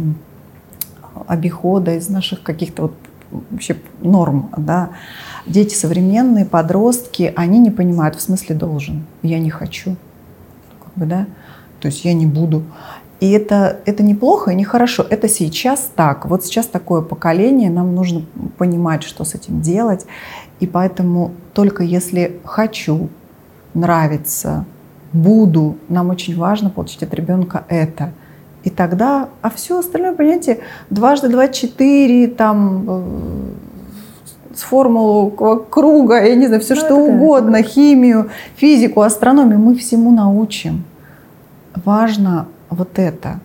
обихода, из наших каких-то вообще норм. Да? Дети современные, подростки, они не понимают, в смысле должен, я не хочу, да? То есть я не буду. И это неплохо и нехорошо, это сейчас так. Вот сейчас такое поколение, нам нужно понимать, что с этим делать. И поэтому только если хочу, нравится, буду, нам очень важно получить от ребенка это. И тогда, а все остальное, понимаете, 2 × 2 = 4, там, с формулу круга, я не знаю, все что угодно, химию, физику, астрономию, мы всему научим. Важно вот это.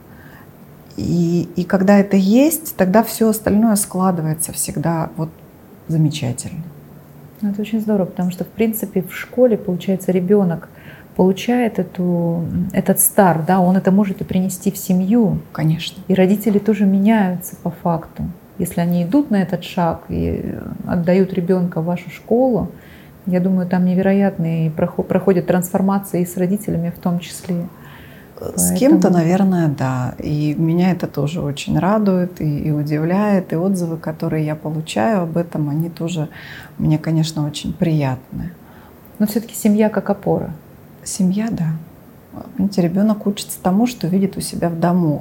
И когда это есть, тогда все остальное складывается всегда вот замечательно. Это очень здорово, потому что, в принципе, в школе, получается, ребенок получает этот старт, да, он это может и принести в семью. Конечно. И родители тоже меняются по факту. Если они идут на этот шаг и отдают ребенка в вашу школу, я думаю, там невероятные проходят трансформации и с родителями в том числе. С кем-то, наверное, да. И меня это тоже очень радует и удивляет. И отзывы, которые я получаю об этом, они тоже мне, конечно, очень приятны. Но все-таки семья как опора. Семья, да. Понимаете, ребенок учится тому, что видит у себя в дому.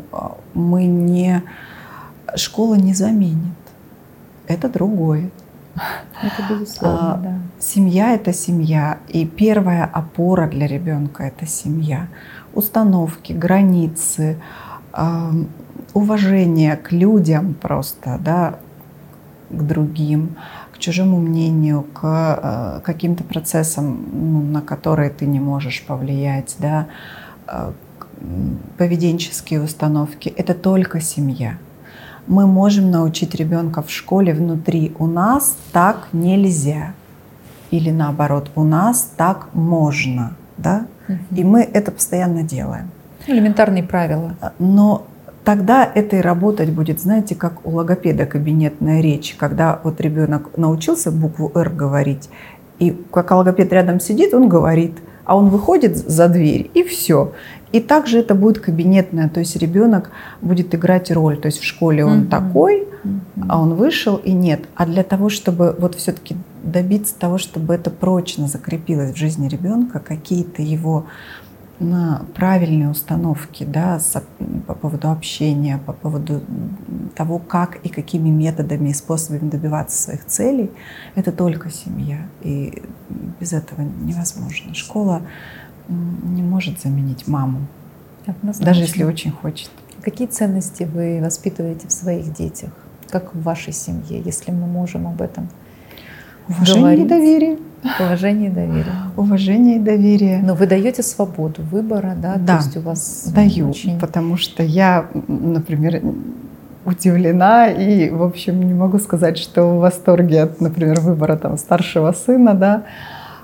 Школа не заменит. Это другое. Это безусловно, да. Семья — это семья. И первая опора для ребенка — это семья. Установки, границы, уважение к людям просто, да, к другим, к чужому мнению, к каким-то процессам, на которые ты не можешь повлиять, да, поведенческие установки — это только семья. Мы можем научить ребенка в школе внутри: у нас так нельзя, или наоборот, у нас так можно, да? И мы это постоянно делаем. Элементарные правила. Но тогда это и работать будет, знаете, как у логопеда кабинетная речь, когда вот ребенок научился букву «Р» говорить, и как логопед рядом сидит, он говорит, а он выходит за дверь, и все. И также это будет кабинетное, то есть ребенок будет играть роль, то есть в школе он такой, а он вышел и нет. А для того, чтобы вот все-таки добиться того, чтобы это прочно закрепилось в жизни ребенка, какие-то его правильные установки, да, по поводу общения, по поводу того, как и какими методами и способами добиваться своих целей, это только семья. И без этого невозможно. Школа не может заменить маму, однозначно, даже если очень хочет. Какие ценности вы воспитываете в своих детях, как в вашей семье, если мы можем об этом Уважение и доверие. Уважение и доверие. Уважение и доверие. Но вы даете свободу выбора, да? Да, то есть у вас даю, потому что я, например, удивлена и, в общем, не могу сказать, что в восторге от, например, выбора там старшего сына, да.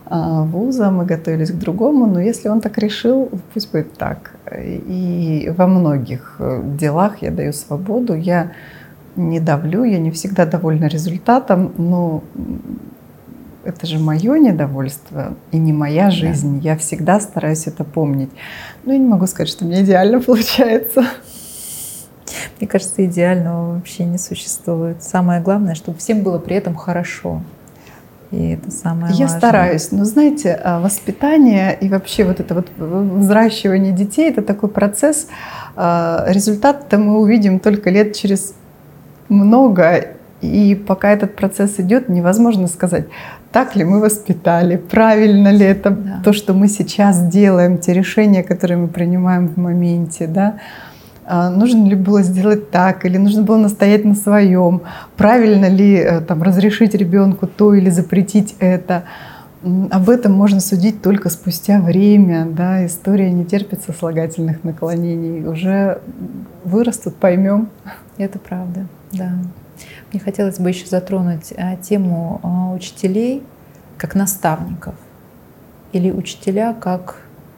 вуза, мы готовились к другому, но если он так решил, пусть будет так. И во многих делах я даю свободу, я не давлю, я не всегда довольна результатом, но это же мое недовольство и не моя жизнь. Да. Я всегда стараюсь это помнить. Но я не могу сказать, что мне идеально получается. Мне кажется, идеального вообще не существует. Самое главное, чтобы всем было при этом хорошо. И это самое важное. Я стараюсь. Но знаете, воспитание и вообще вот это вот взращивание детей — это такой процесс. Результат-то мы увидим только лет через много. И пока этот процесс идет, невозможно сказать, так ли мы воспитали, правильно ли это то, что мы сейчас делаем, те решения, которые мы принимаем в моменте, да? Нужно ли было сделать так, или нужно было настоять на своем, правильно ли там, разрешить ребенку то или запретить это. Об этом можно судить только спустя время. Да? История не терпит сослагательных наклонений. Уже вырастут, поймем. Это правда, да. Мне хотелось бы еще затронуть тему учителей как наставников или учителя как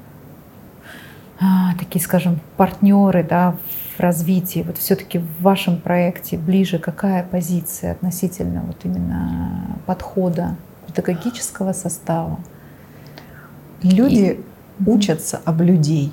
такие, скажем, партнеры, да, в развитии. Вот все-таки в вашем проекте ближе какая позиция относительно вот именно подхода педагогического состава? Люди учатся об людей.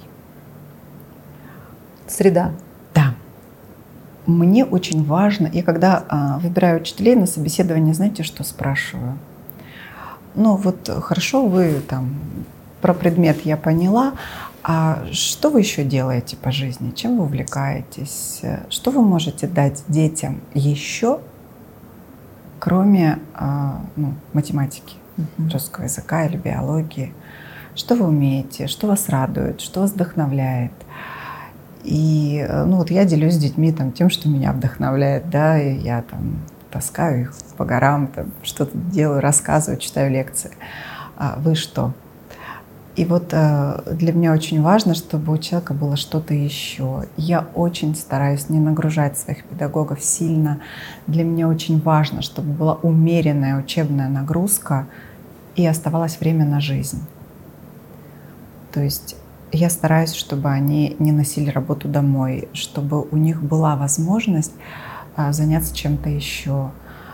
Среда. Да. Мне очень важно, я когда выбираю учителей на собеседование, знаете, что спрашиваю? Ну вот хорошо, вы там про предмет я поняла, а что вы еще делаете по жизни? Чем вы увлекаетесь? Что вы можете дать детям еще, кроме математики, русского языка или биологии? Что вы умеете? Что вас радует? Что вас вдохновляет? И вот я делюсь с детьми тем, что меня вдохновляет, да, и я там таскаю их по горам, что-то делаю, рассказываю, читаю лекции. А вы что? И вот для меня очень важно, чтобы у человека было что-то еще. Я очень стараюсь не нагружать своих педагогов сильно. Для меня очень важно, чтобы была умеренная учебная нагрузка и оставалось время на жизнь. То есть я стараюсь, чтобы они не носили работу домой, чтобы у них была возможность заняться чем-то еще.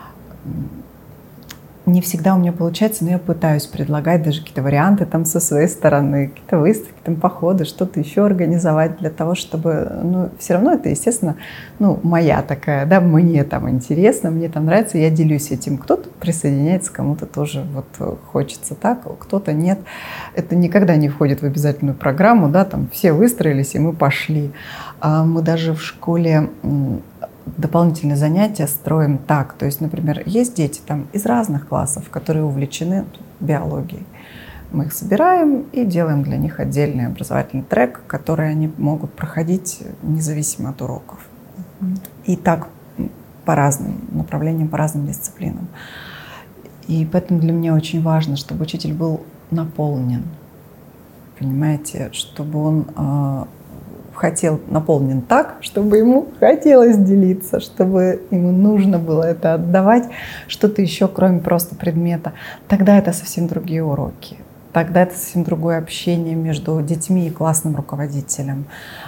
Не всегда у меня получается, но я пытаюсь предлагать даже какие-то варианты там со своей стороны, какие-то выставки, походы, что-то еще организовать для того, чтобы, все равно это, естественно, моя такая, да, мне там интересно, мне там нравится, я делюсь этим. Кто-то присоединяется, кому-то тоже вот хочется так, кто-то нет. Это никогда не входит в обязательную программу, да, там все выстроились и мы пошли. Мы даже в школе дополнительные занятия строим так. То есть, например, есть дети из разных классов, которые увлечены биологией. Мы их собираем и делаем для них отдельный образовательный трек, который они могут проходить независимо от уроков. И так по разным направлениям, по разным дисциплинам. И поэтому для меня очень важно, чтобы учитель был наполнен. Понимаете, чтобы он наполнен так, чтобы ему хотелось делиться, чтобы ему нужно было это отдавать, что-то еще, кроме просто предмета. Тогда это совсем другие уроки. Тогда это совсем другое общение между детьми и классным руководителем.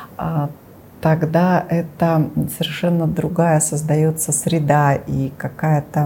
Тогда это совершенно другая создается среда и какая-то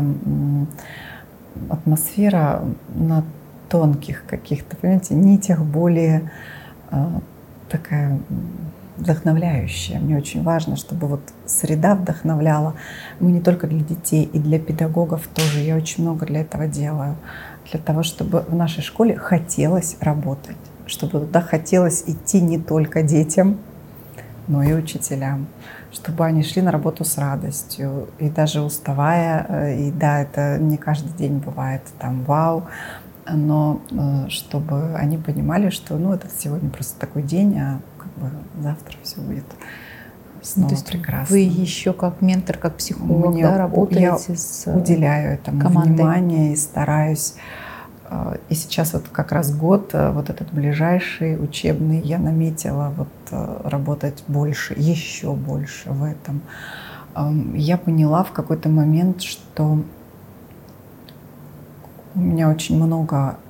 атмосфера на тонких каких-то, понимаете, нитях более такая вдохновляющая. Мне очень важно, чтобы вот среда вдохновляла. Мы не только для детей, и для педагогов тоже. Я очень много для этого делаю. Для того, чтобы в нашей школе хотелось работать. Чтобы туда хотелось идти не только детям, но и учителям. Чтобы они шли на работу с радостью. И даже уставая, и да, это не каждый день бывает вау, но чтобы они понимали, что это сегодня просто такой день, а завтра все будет снова прекрасно. Вы еще как ментор, как психолог, работаете с командой? Я уделяю этому внимание и стараюсь. И сейчас вот как раз год, вот этот ближайший учебный, я наметила работать больше, еще больше в этом. Я поняла в какой-то момент, что у меня очень много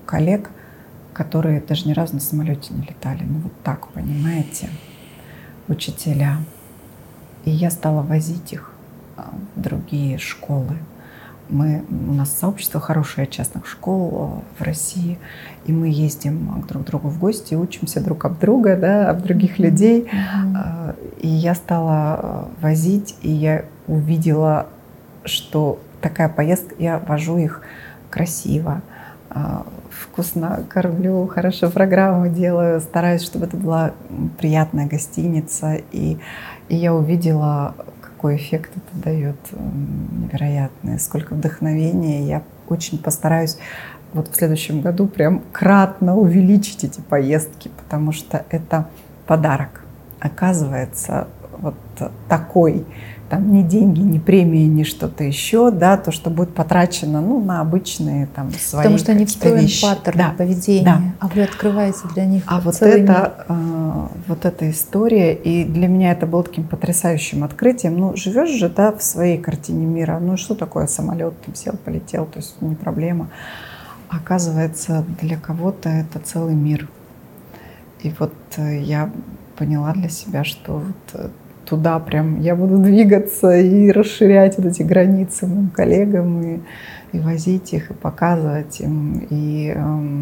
коллег, которые даже ни разу на самолете не летали. Ну вот так, понимаете, учителя. И я стала возить их в другие школы. У нас сообщество хорошее частных школ в России, и мы ездим друг к другу в гости, учимся друг об друга, да, об других людей. И я стала возить, и я увидела, что такая поездка, я вожу их красиво, вкусно кормлю, хорошую программу делаю, стараюсь, чтобы это была приятная гостиница. И я увидела, какой эффект это дает невероятный, сколько вдохновения. Я очень постараюсь вот в следующем году прям кратно увеличить эти поездки, потому что это подарок. Оказывается, вот такой, там ни деньги, ни премии, ни что-то еще, да, то, что будет потрачено, ну, на обычные там свои Потому что они встроен вещи. паттерн поведения, а вы открываете для них целый мир. Вот эта история, и для меня это было таким потрясающим открытием. Ну, живешь же, да, в своей картине мира, ну, что такое самолет, там сел, полетел, то есть не проблема. Оказывается, для кого-то это целый мир. И вот я поняла для себя, что вот туда прям я буду двигаться и расширять вот эти границы моим коллегам, и возить их, и показывать им, и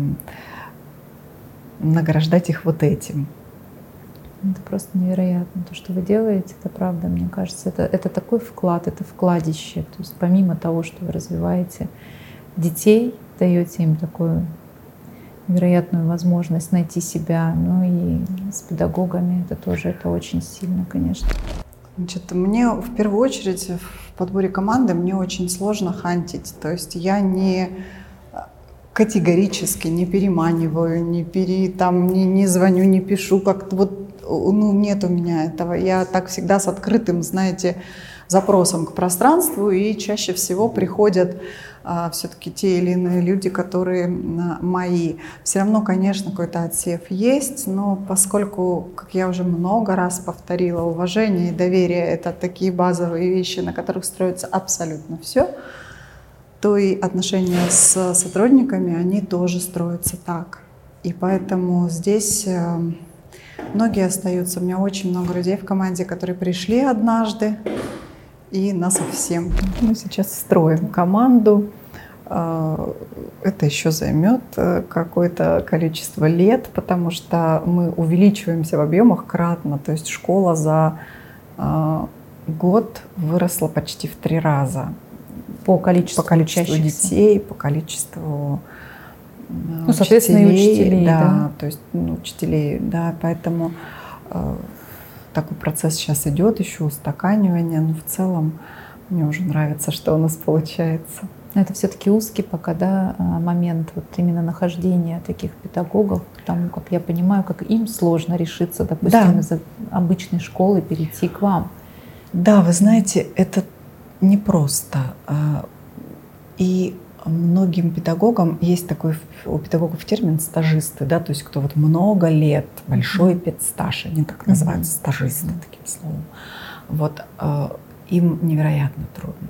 награждать их вот этим. Это просто невероятно. То, что вы делаете, это правда, мне кажется, это такой вклад, это вкладище. То есть помимо того, что вы развиваете детей, даете им такую невероятную возможность найти себя, ну и с педагогами это очень сильно, конечно. Значит, мне в первую очередь в подборе команды мне очень сложно хантить, то есть я не категорически не переманиваю, не звоню, не пишу, как-то вот, ну, нет у меня этого. Я так всегда с открытым, знаете, запросом к пространству, и чаще всего приходят все-таки те или иные люди, которые мои. Все равно, конечно, какой-то отсев есть, но поскольку, как я уже много раз повторила, уважение и доверие — это такие базовые вещи, на которых строится абсолютно все, то и отношения с сотрудниками, они тоже строятся так. И поэтому здесь многие остаются. У меня очень много людей в команде, которые пришли однажды и насовсем. Мы сейчас строим команду. Это еще займет какое-то количество лет, потому что мы увеличиваемся в объемах кратно. То есть школа за год выросла почти в 3 раза. По количеству детей, по количеству соответственно, и учителей. Да, то есть учителей, да, поэтому такой процесс сейчас идет, еще устаканивание, но в целом мне уже нравится, что у нас получается. Это все-таки узкий пока, да, момент вот именно нахождения таких педагогов, потому как я понимаю, как им сложно решиться, допустим, из обычной школы перейти к вам. Да, вы знаете, это непросто. И многим педагогам есть такой у педагогов термин стажисты, да, то есть кто вот много лет, большой педстаж, они так называются, стажисты, таким словом. Вот им невероятно трудно.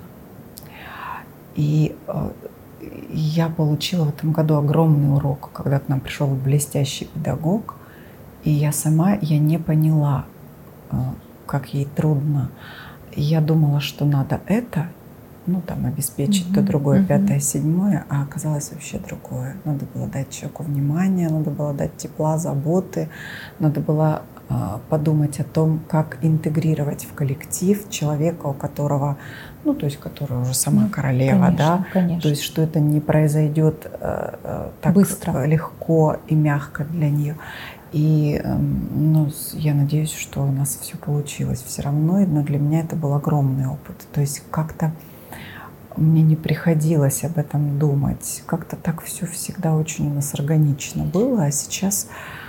И я получила в этом году огромный урок, когда к нам пришел блестящий педагог, и я не поняла, как ей трудно. Я думала, что надо это, обеспечить то, другое, 5-е, 7-е, а оказалось вообще другое. Надо было дать человеку внимание, надо было дать тепла, заботы, надо было подумать о том, как интегрировать в коллектив человека, у которого, который уже сама королева, конечно, конечно. То есть, что это не произойдет так быстро, легко и мягко для нее. И я надеюсь, что у нас все получилось все равно, но для меня это был огромный опыт. То есть как-то мне не приходилось об этом думать, как-то так все всегда очень у нас органично было, а сейчас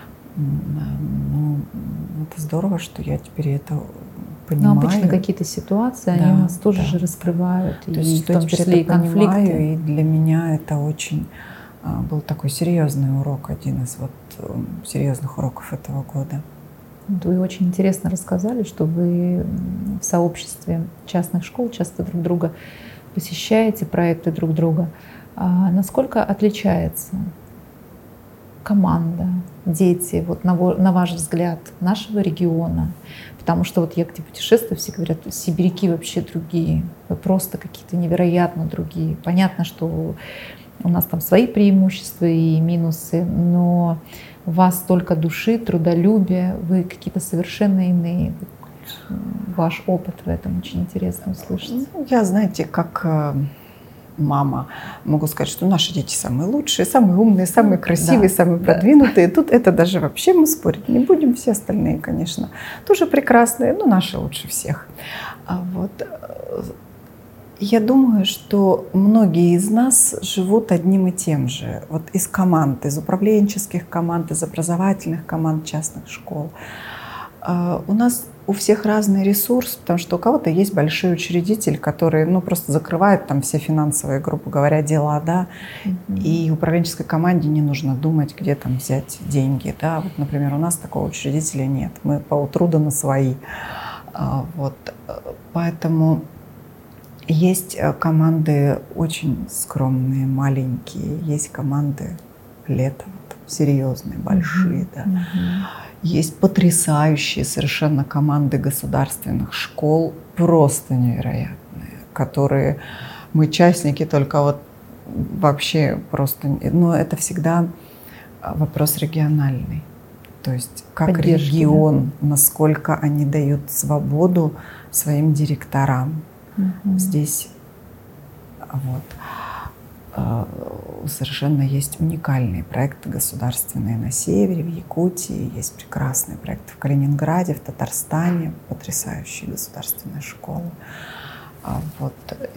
это здорово, что я теперь это понимаю. Но обычно какие-то ситуации, они нас тоже же раскрывают, то есть, в том числе и конфликты. И для меня это очень был такой серьезный урок, один из серьезных уроков этого года. Вы очень интересно рассказали, что вы в сообществе частных школ часто друг друга посещаете, проекты друг друга. А насколько отличается команда, дети, вот на ваш взгляд, нашего региона? Потому что вот я где путешествую, все говорят, сибиряки вообще другие, вы просто какие-то невероятно другие. Понятно, что у нас там свои преимущества и минусы, но у вас столько души, трудолюбия, вы какие-то совершенно иные. Ваш опыт в этом очень интересно услышать. Я, знаете, как мама, могу сказать, что наши дети самые лучшие, самые умные, самые красивые, самые продвинутые. Тут это даже вообще мы спорить не будем. Все остальные, конечно, тоже прекрасные, но наши лучше всех. Вот. Я думаю, что многие из нас живут одним и тем же. Вот из команд, из управленческих команд, из образовательных команд частных школ. У нас у всех разный ресурс, потому что у кого-то есть большой учредитель, который просто закрывает там все финансовые, грубо говоря, дела, да, и управленческой команде не нужно думать, где там взять деньги, да. Вот, например, у нас такого учредителя нет, мы полтруда на свои. Вот, поэтому есть команды очень скромные, маленькие, есть команды летом, серьезные, большие, да. Есть потрясающие совершенно команды государственных школ, просто невероятные, которые мы частники, только вот вообще просто... Но это всегда вопрос региональный. То есть как регион, насколько они дают свободу своим директорам. Здесь вот. Совершенно есть уникальные проекты государственные на севере, в Якутии, есть прекрасные проекты в Калининграде, в Татарстане, потрясающие государственные школы. Вот.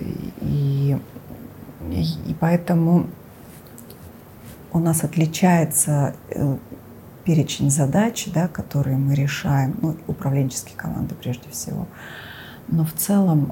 И поэтому у нас отличается перечень задач, да, которые мы решаем, управленческие команды прежде всего. Но в целом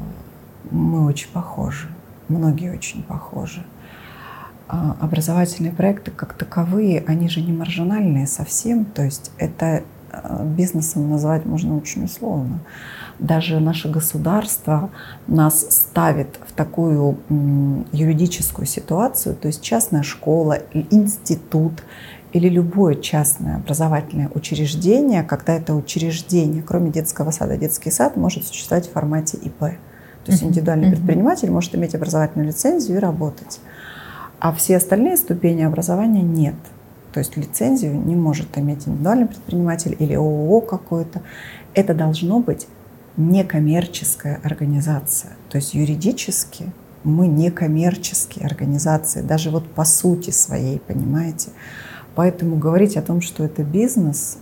мы очень похожи. Многие очень похожи. Образовательные проекты как таковые, они же не маржинальные совсем, то есть это бизнесом назвать можно очень условно. Даже наше государство нас ставит в такую юридическую ситуацию, то есть частная школа, институт или любое частное образовательное учреждение, когда это учреждение, кроме детского сада, детский сад может существовать в формате ИП. То есть индивидуальный предприниматель может иметь образовательную лицензию и работать. А все остальные ступени образования нет. То есть лицензию не может иметь индивидуальный предприниматель или ООО какое-то. Это должно быть некоммерческая организация. То есть юридически мы некоммерческие организации, даже вот по сути своей, понимаете. Поэтому говорить о том, что это бизнес,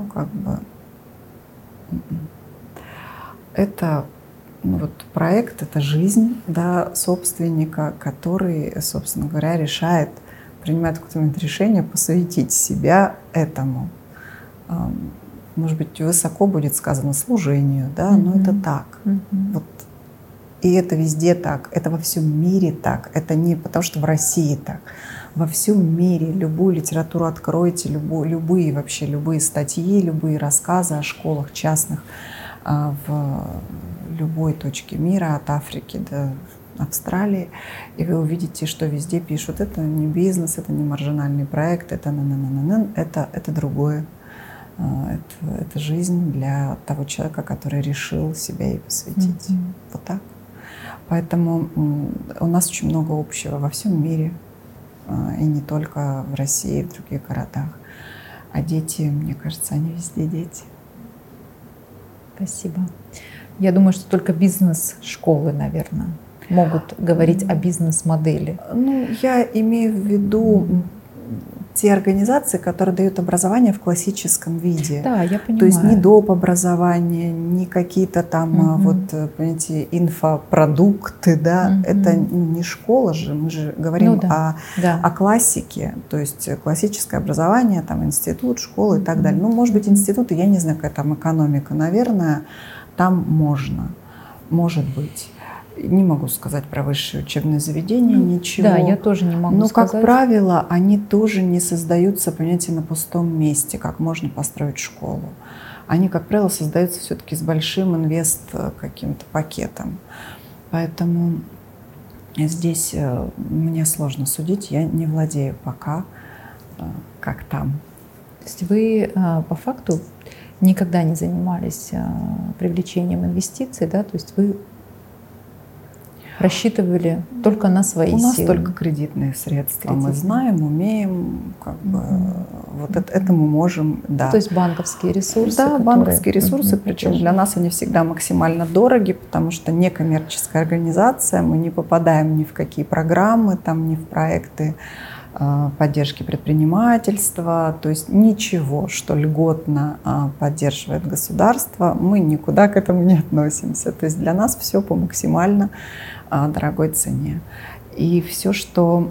это... проект — это жизнь, да, собственника, который, собственно говоря, решает, принимает какое-то решение посвятить себя этому. Может быть, высоко будет сказано служению, да, но это так. Вот. И это везде так, это во всем мире так. Это не потому, что в России так. Во всем мире любую литературу откройте, любые статьи, любые рассказы о школах частных в любой точке мира, от Африки до Австралии, и вы увидите, что везде пишут: это не бизнес, это не маржинальный проект, это это другое. Это жизнь для того человека, который решил себя ей посвятить. Вот так. Поэтому у нас очень много общего во всем мире, и не только в России, в других городах. А дети, мне кажется, они везде дети. Спасибо. Я думаю, что только бизнес-школы, наверное, могут говорить о бизнес-модели. Я имею в виду те организации, которые дают образование в классическом виде. Да, я понимаю. То есть не доп. Образование, не какие-то там, понимаете, инфопродукты, да. Это не школа же, мы же говорим о классике. То есть классическое образование, там институт, школа и так далее. Может быть, институты, я не знаю, какая там экономика, наверное, там можно, может быть. Не могу сказать про высшие учебные заведения, ничего. Да, я тоже не могу сказать. Но, как правило, они тоже не создаются, понимаете, на пустом месте, как можно построить школу. Они, как правило, создаются все-таки с большим инвест каким-то пакетом. Поэтому здесь мне сложно судить, я не владею пока как там. То есть вы по факту никогда не занимались привлечением инвестиций, да? То есть вы рассчитывали только на свои силы? У нас только кредитные средства. Мы знаем, умеем, как бы, вот это мы можем, да. То есть банковские ресурсы? Да, банковские ресурсы, причем для нас они всегда максимально дороги, потому что некоммерческая организация, мы не попадаем ни в какие программы, там, ни в проекты поддержки предпринимательства, то есть ничего, что льготно поддерживает государство, мы никуда к этому не относимся. То есть для нас все по максимально дорогой цене. И все, что...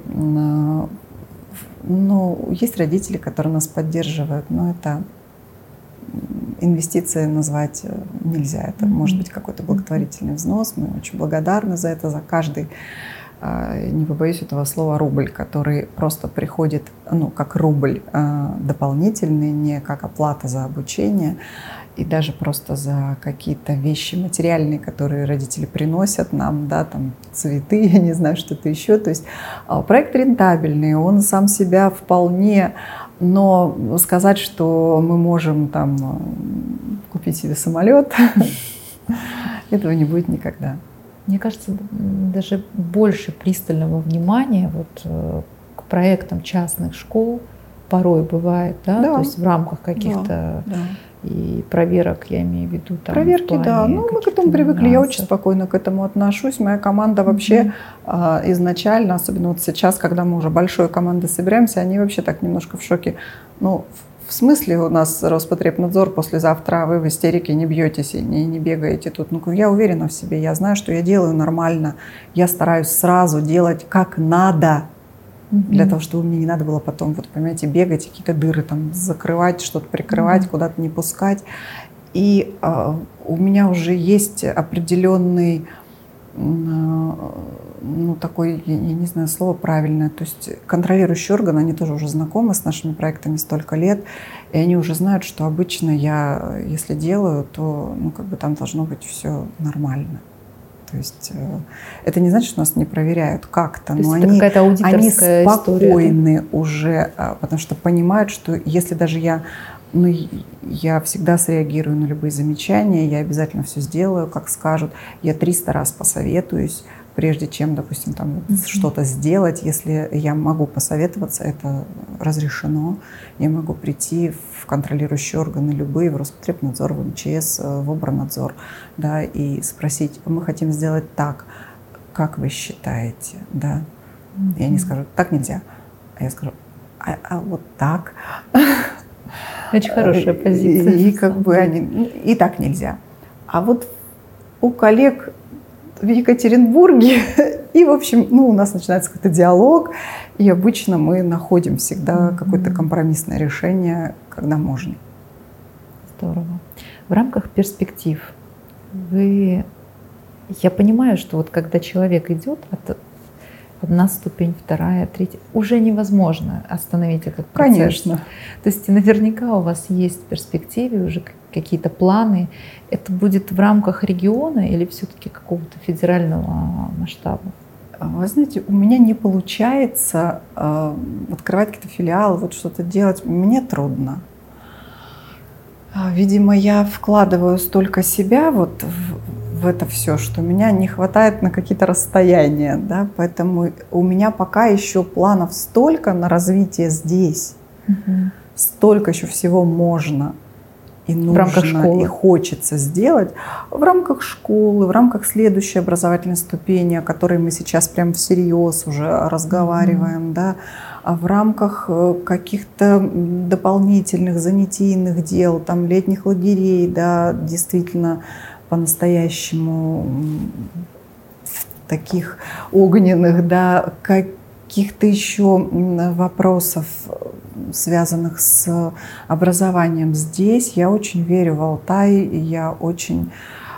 Ну, есть родители, которые нас поддерживают, но это инвестиции назвать нельзя. Это может быть какой-то благотворительный взнос. Мы очень благодарны за это, за каждый, не побоюсь этого слова, рубль, который просто приходит, ну, как рубль дополнительный, не как оплата за обучение, и даже просто за какие-то вещи материальные, которые родители приносят нам, да, там цветы, я не знаю, что-то еще. То есть проект рентабельный, он сам себя вполне, но сказать, что мы можем там купить себе самолет, этого не будет никогда. Мне кажется, даже больше пристального внимания вот к проектам частных школ порой бывает, да? То есть в рамках каких-то и проверок, я имею в виду. Там, проверки, да. Ну, мы к этому привыкли, я очень спокойно к этому отношусь. Моя команда вообще изначально, особенно вот сейчас, когда мы уже большой командой собираемся, они вообще так немножко в шоке. Ну, в смысле у нас Роспотребнадзор послезавтра, а вы в истерике не бьетесь и не бегаете тут. Ну, я уверена в себе, я знаю, что я делаю нормально. Я стараюсь сразу делать как надо, для того, чтобы мне не надо было потом, вот, понимаете, бегать, какие-то дыры там закрывать, что-то прикрывать, куда-то не пускать. И у меня уже есть определенный, ну, такой, я не знаю слово правильное, то есть контролирующий орган, они тоже уже знакомы с нашими проектами столько лет, и они уже знают, что обычно я, если делаю, то, ну, как бы там должно быть все нормально. То есть это не значит, что нас не проверяют как-то, но они спокойны уже, потому что понимают, что если даже я всегда среагирую на любые замечания, я обязательно все сделаю, как скажут, я 300 раз посоветуюсь, прежде чем, допустим, там что-то сделать. Если я могу посоветоваться, это разрешено. Я могу прийти в контролирующие органы любые, в Роспотребнадзор, в МЧС, в Обранадзор, да, и спросить, мы хотим сделать так, как вы считаете, да? И они скажут, так нельзя. А я скажу, а вот так. Очень хорошая позиция. И как бы они, и так нельзя. А вот у коллег в Екатеринбурге, и, в общем, ну, у нас начинается какой-то диалог, и обычно мы находим всегда какое-то компромиссное решение, когда можно. Здорово. В рамках перспектив я понимаю, что вот когда человек идет от одна ступень, вторая, третья, уже невозможно остановить этот процесс. Конечно. То есть наверняка у вас есть в перспективе уже какие-то планы. Это будет в рамках региона или все-таки какого-то федерального масштаба? Вы знаете, у меня не получается открывать какие-то филиалы, вот что-то делать. Мне трудно. Видимо, я вкладываю столько себя вот в это все, что меня не хватает на какие-то расстояния, да, поэтому у меня пока еще планов столько на развитие здесь, столько еще всего можно и нужно, и хочется сделать в рамках школы, в рамках следующей образовательной ступени, о которой мы сейчас прям всерьез уже разговариваем, да, а в рамках каких-то дополнительных занятийных дел, там, летних лагерей, да, действительно, по-настоящему таких огненных, да, каких-то еще вопросов, связанных с образованием здесь. Я очень верю в Алтай, и я очень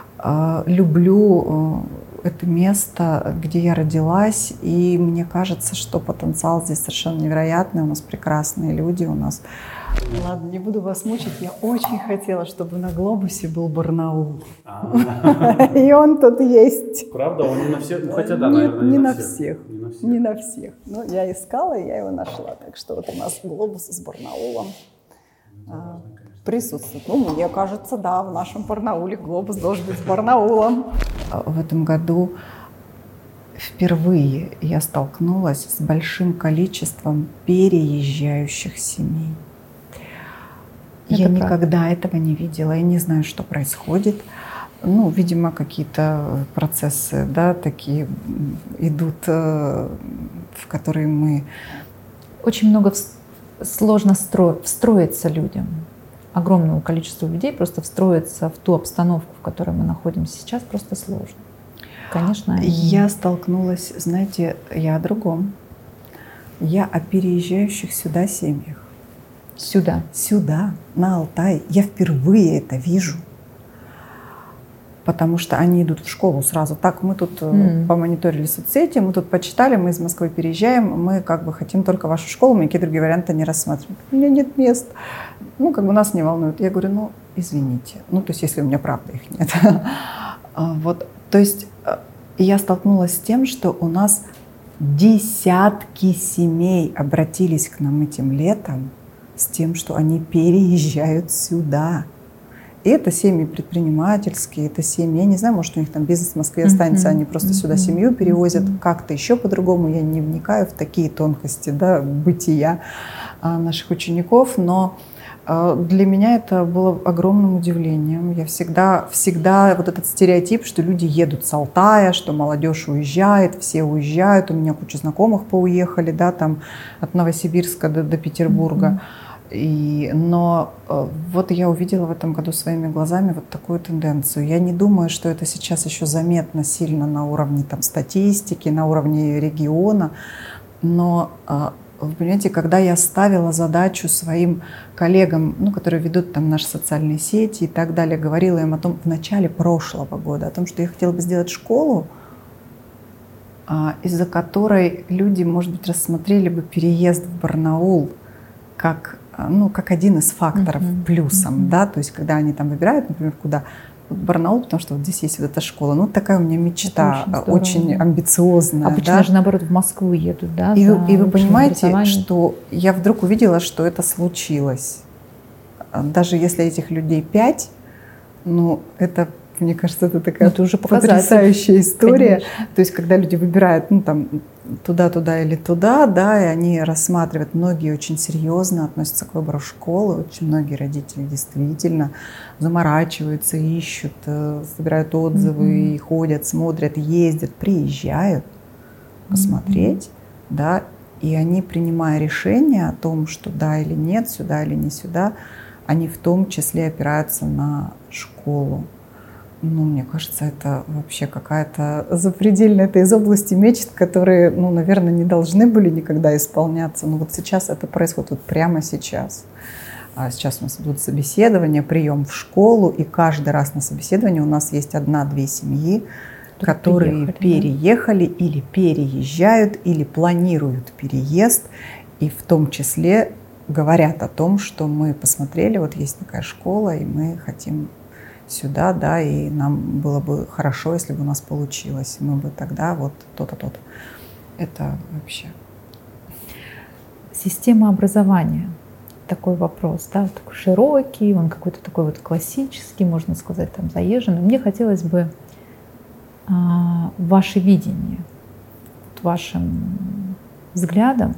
люблю это место, где я родилась, и мне кажется, что потенциал здесь совершенно невероятный. У нас прекрасные люди, у нас Ладно, не буду вас мучить. Я очень хотела, чтобы на глобусе был Барнаул. И он тут есть. Правда? Он не на всех? Хотя да, Нет, наверное, не на всех. Не на всех. Но я искала, и я его нашла. Так что вот у нас глобус с Барнаулом присутствует. Ну, мне кажется, да, в нашем Барнауле глобус должен быть с Барнаулом. В этом году впервые я столкнулась с большим количеством переезжающих семей. Я никогда этого не видела, я не знаю, что происходит. Ну, видимо, какие-то процессы, да, такие идут, в которые мы... Очень много сложно встроиться людям. Огромному количеству людей просто встроиться в ту обстановку, в которой мы находимся сейчас, просто сложно. Конечно. Я столкнулась, знаете, я о другом. Я о переезжающих сюда семьях. Сюда? Сюда, на Алтай. Я впервые это вижу. Потому что они идут в школу сразу. Так, мы тут помониторили соцсети, мы тут почитали, мы из Москвы переезжаем, мы как бы хотим только вашу школу, мы никакие другие варианты не рассматриваем. У меня нет мест. Ну, как бы нас не волнует. Я говорю, ну, извините. Ну, то есть, если у меня правда их нет. Вот, то есть, я столкнулась с тем, что у нас десятки семей обратились к нам этим летом с тем, что они переезжают сюда. И это семьи предпринимательские, это семьи, я не знаю, может, у них там бизнес в Москве останется, они просто сюда семью перевозят, как-то еще по-другому, я не вникаю в такие тонкости, да, бытия наших учеников, но для меня это было огромным удивлением. Я всегда вот этот стереотип, что люди едут с Алтая, что молодежь уезжает, все уезжают, у меня куча знакомых поуехали, да, там от Новосибирска до Петербурга. Но вот я увидела в этом году своими глазами вот такую тенденцию. Я не думаю, что это сейчас еще заметно сильно на уровне там, статистики, на уровне региона, но вы понимаете, когда я ставила задачу своим коллегам, ну, которые ведут там наши социальные сети и так далее, говорила им о том в начале прошлого года, о том, что я хотела бы сделать школу, из-за которой люди, может быть, рассмотрели бы переезд в Барнаул как один из факторов плюсом, да, то есть когда они там выбирают, например, куда Барнаул, потому что вот здесь есть вот эта школа. Ну, такая у меня мечта, очень амбициозная. Обычно же, наоборот, в Москву едут, да? И вы понимаете, что я вдруг увидела, что это случилось. Даже если этих людей 5, ну, это, мне кажется, это такая уже потрясающая история. Конечно. То есть, когда люди выбирают, ну, там, туда или туда, да, и они рассматривают, многие очень серьезно относятся к выбору школы, очень многие родители действительно заморачиваются, ищут, собирают отзывы, и ходят, смотрят, ездят, приезжают посмотреть, да, и они, принимая решение о том, что да или нет, сюда или не сюда, они в том числе опираются на школу. Ну, мне кажется, это вообще какая-то запредельная, это из области мечт, которые, ну, наверное, не должны были никогда исполняться. Но вот сейчас это происходит, вот прямо сейчас. Сейчас у нас идут собеседования, прием в школу, и каждый раз на собеседовании у нас есть 1-2 семьи, которые переехали или переезжают, или планируют переезд, и в том числе говорят о том, что мы посмотрели, вот есть такая школа, и мы хотим сюда, да, и нам было бы хорошо, если бы у нас получилось. Мы бы тогда вот то-то, то-то. Это вообще. Система образования. Такой вопрос, да, такой широкий, он какой-то такой вот классический, можно сказать, там, заезженный. Мне хотелось бы ваше видение, вашим взглядом,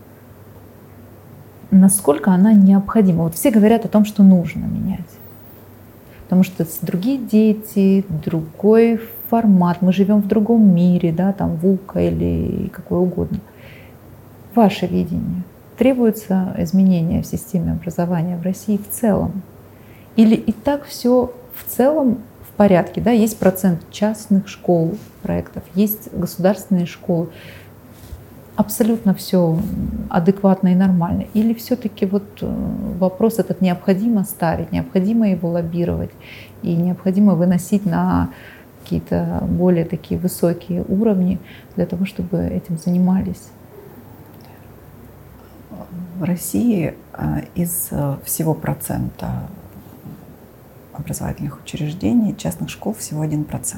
насколько она необходима. Вот все говорят о том, что нужно менять. Потому что другие дети, другой формат, мы живем в другом мире, да, там ВУКа или какое угодно. Ваше видение. Требуется изменения в системе образования в России в целом? Или и так все в целом в порядке? Да? Есть процент частных школ, проектов, есть государственные школы. Абсолютно все адекватно и нормально? Или все-таки вот вопрос этот необходимо ставить, необходимо его лоббировать и необходимо выносить на какие-то более такие высокие уровни для того, чтобы этим занимались? В России из всего процента образовательных учреждений, частных школ всего 1%.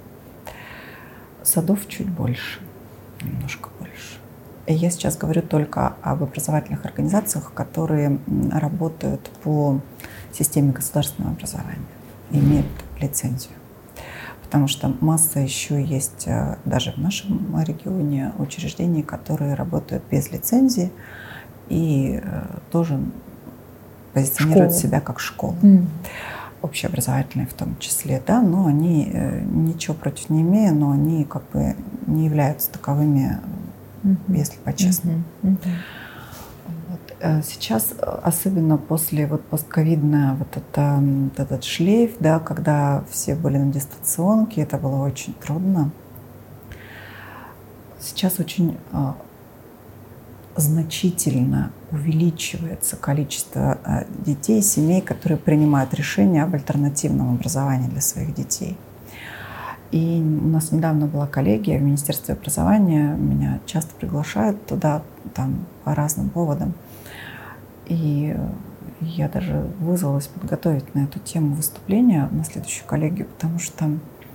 Садов чуть больше, немножко больше. И я сейчас говорю только об образовательных организациях, которые работают по системе государственного образования, имеют лицензию. Потому что масса еще есть даже в нашем регионе учреждений, которые работают без лицензии и тоже позиционируют себя как школы. Общеобразовательные в том числе, да, но они, ничего против не имея, но они как бы не являются таковыми, если по-честному. Вот. Сейчас, особенно после постковидного этот шлейф, да, когда все были на дистанционке, это было очень трудно. Сейчас очень значительно увеличивается количество детей, семей, которые принимают решения об альтернативном образовании для своих детей. И у нас недавно была коллегия в Министерстве образования, меня часто приглашают туда, там, по разным поводам. И я даже вызвалась подготовить на эту тему выступление на следующую коллегию, потому что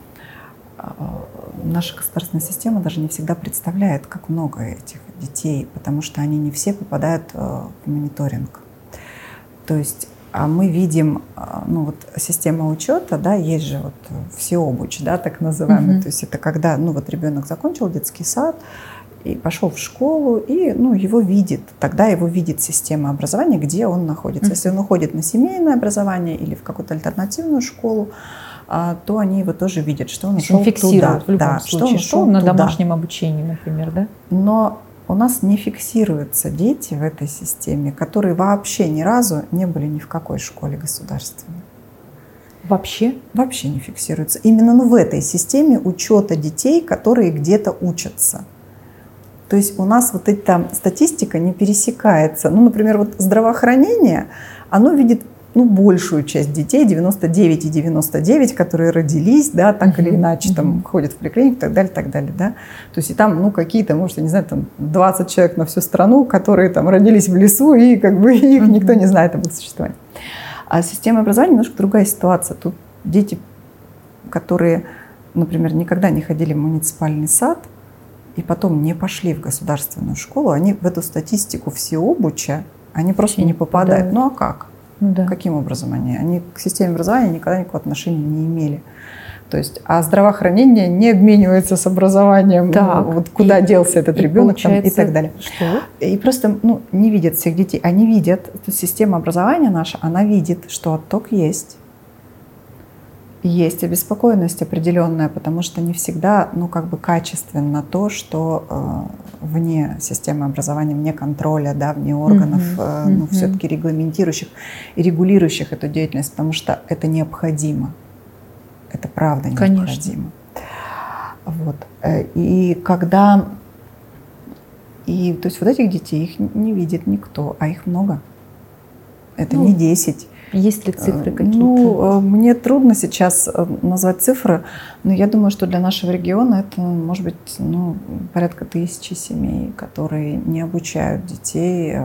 наша государственная система даже не всегда представляет, как много этих детей, потому что они не все попадают в мониторинг. То есть мы видим, ну вот система учета, да, есть же вот всеобуч, да, так называемый. То есть это когда, ну вот ребенок закончил детский сад и пошел в школу, и, ну, его видит, тогда его видит система образования, где он находится. Если он уходит на семейное образование или в какую-то альтернативную школу, то они его тоже видят, что он ушел туда. В любом случае, что он ушел на домашнем обучении, например, да? Но у нас не фиксируются дети в этой системе, которые вообще ни разу не были ни в какой школе государственной. Вообще? Вообще не фиксируются. Именно в этой системе учета детей, которые где-то учатся. То есть у нас вот эта статистика не пересекается. Ну, например, вот здравоохранение, оно видит большую часть детей, 99,99, которые родились, да, так или иначе, там, ходят в поликлинику и так далее, да. То есть и там, какие-то, может, я не знаю, там 20 человек на всю страну, которые там родились в лесу, и как бы их никто не знает об их существовании. А система образования немножко другая ситуация. Тут дети, которые, например, никогда не ходили в муниципальный сад, и потом не пошли в государственную школу, они в эту статистику всеобуча, они просто не попадают. Ну а как? Да. Каким образом они? Они к системе образования никогда никакого отношения не имели. То есть, а здравоохранение не обменивается с образованием, вот куда делся этот ребенок и так далее. Что? И просто не видят всех детей. Они видят, система образования наша, она видит, что отток есть. Есть обеспокоенность определенная, потому что не всегда, качественно то, что вне системы образования, вне контроля, да, вне органов, все-таки регламентирующих и регулирующих эту деятельность, потому что это необходимо. Это правда необходимо. Конечно. Вот. И когда... И, то есть вот этих детей их не видит никто, а их много. Это не 10. Есть ли цифры какие-то? Мне трудно сейчас назвать цифры, но я думаю, что для нашего региона это может быть порядка 1000 семей, которые не обучают детей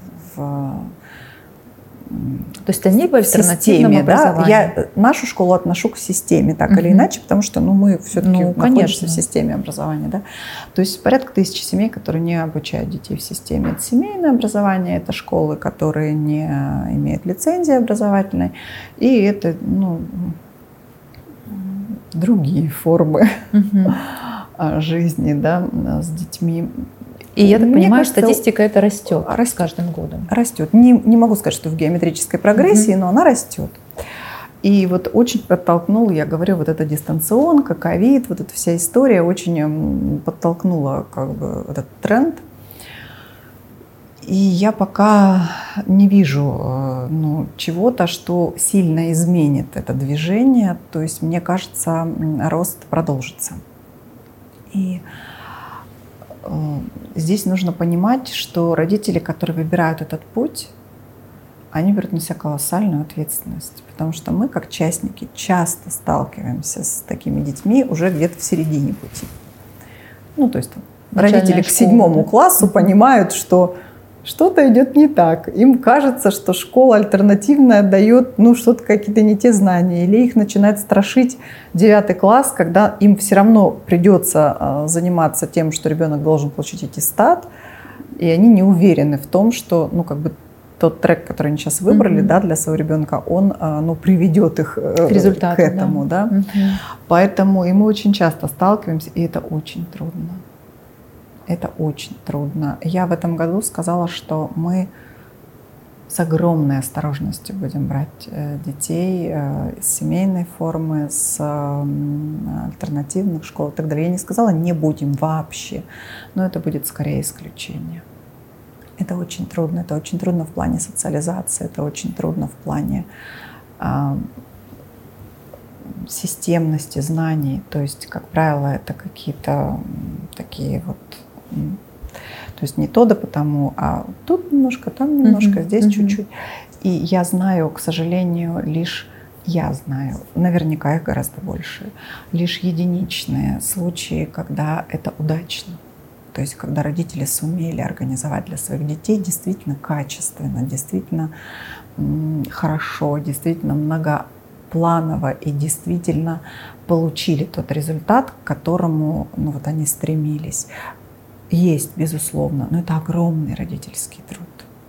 То есть они в альтернативном образовании. Да? Я нашу школу отношу к системе, так или иначе, потому что мы все-таки находимся в системе образования. Да? То есть порядка 1000 семей, которые не обучают детей в системе. Это семейное образование, это школы, которые не имеют лицензии образовательной, и это другие формы жизни, да, с детьми. И я так понимаю, статистика это растет с каждым годом. Растет. Не могу сказать, что в геометрической прогрессии, но она растет. И вот очень подтолкнул, я говорю, вот эта дистанционка, ковид, вот эта вся история очень подтолкнула этот тренд. И я пока не вижу чего-то, что сильно изменит это движение. То есть, мне кажется, рост продолжится. И здесь нужно понимать, что родители, которые выбирают этот путь, они берут на себя колоссальную ответственность. Потому что мы, как частники, часто сталкиваемся с такими детьми уже где-то в середине пути. То есть родители к 7 классу понимают, что что-то идет не так. Им кажется, что школа альтернативная дает что-то, какие-то не те знания. Или их начинает страшить 9 класс, когда им все равно придется заниматься тем, что ребенок должен получить аттестат. И они не уверены в том, что тот трек, который они сейчас выбрали, для своего ребенка, он приведет их к результату, к этому. Да. Поэтому и мы очень часто сталкиваемся, и это очень трудно. Это очень трудно. Я в этом году сказала, что мы с огромной осторожностью будем брать детей из семейной формы, с альтернативных школ и так далее. Я не сказала, не будем вообще, но это будет скорее исключение. Это очень трудно. Это очень трудно в плане социализации, это очень трудно в плане системности знаний. То есть, как правило, это какие-то такие то есть не то да потому, а тут немножко, там немножко, здесь чуть-чуть. И я знаю, к сожалению, наверняка их гораздо больше, лишь единичные случаи, когда это удачно. То есть когда родители сумели организовать для своих детей действительно качественно, действительно хорошо, действительно многопланово и действительно получили тот результат, к которому они стремились. Есть, безусловно, но это огромный родительский труд.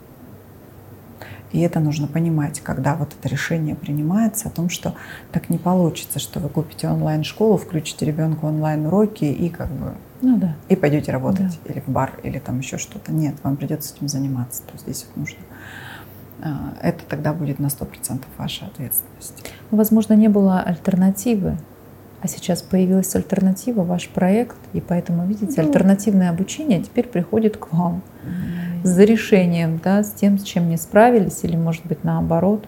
И это нужно понимать, когда это решение принимается, о том, что так не получится, что вы купите онлайн-школу, включите ребенку онлайн-уроки и и пойдете работать или в бар, или там еще что-то. Нет, вам придется этим заниматься. То есть здесь нужно. Это тогда будет на 100% ваша ответственность. Возможно, не было альтернативы. А сейчас появилась альтернатива, ваш проект, и поэтому, видите, альтернативное обучение теперь приходит к вам за решением, с тем, с чем не справились, или, может быть, наоборот.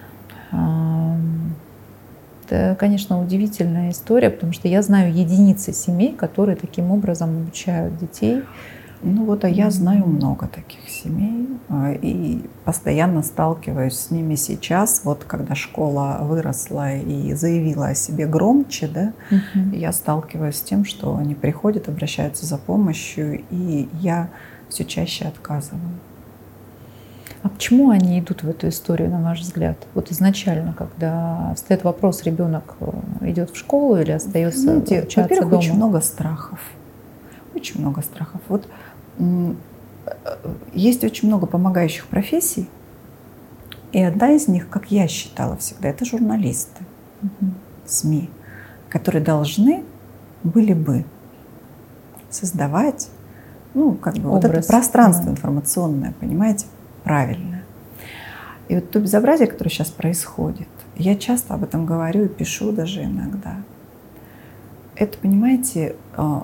Это, конечно, удивительная история, потому что я знаю единицы семей, которые таким образом обучают детей. Я знаю много таких семей и постоянно сталкиваюсь с ними сейчас. Когда школа выросла и заявила о себе громче, я сталкиваюсь с тем, что они приходят, обращаются за помощью, и я все чаще отказываю. А почему они идут в эту историю, на ваш взгляд? Изначально, когда встает вопрос, ребенок идет в школу или остается учиться во-первых, дома? Очень много страхов. Очень много страхов. Есть очень много помогающих профессий, и одна из них, как я считала всегда, это журналисты, СМИ, которые должны были бы создавать это пространство информационное, понимаете, правильное. И то безобразие, которое сейчас происходит, я часто об этом говорю и пишу даже иногда. Это, понимаете,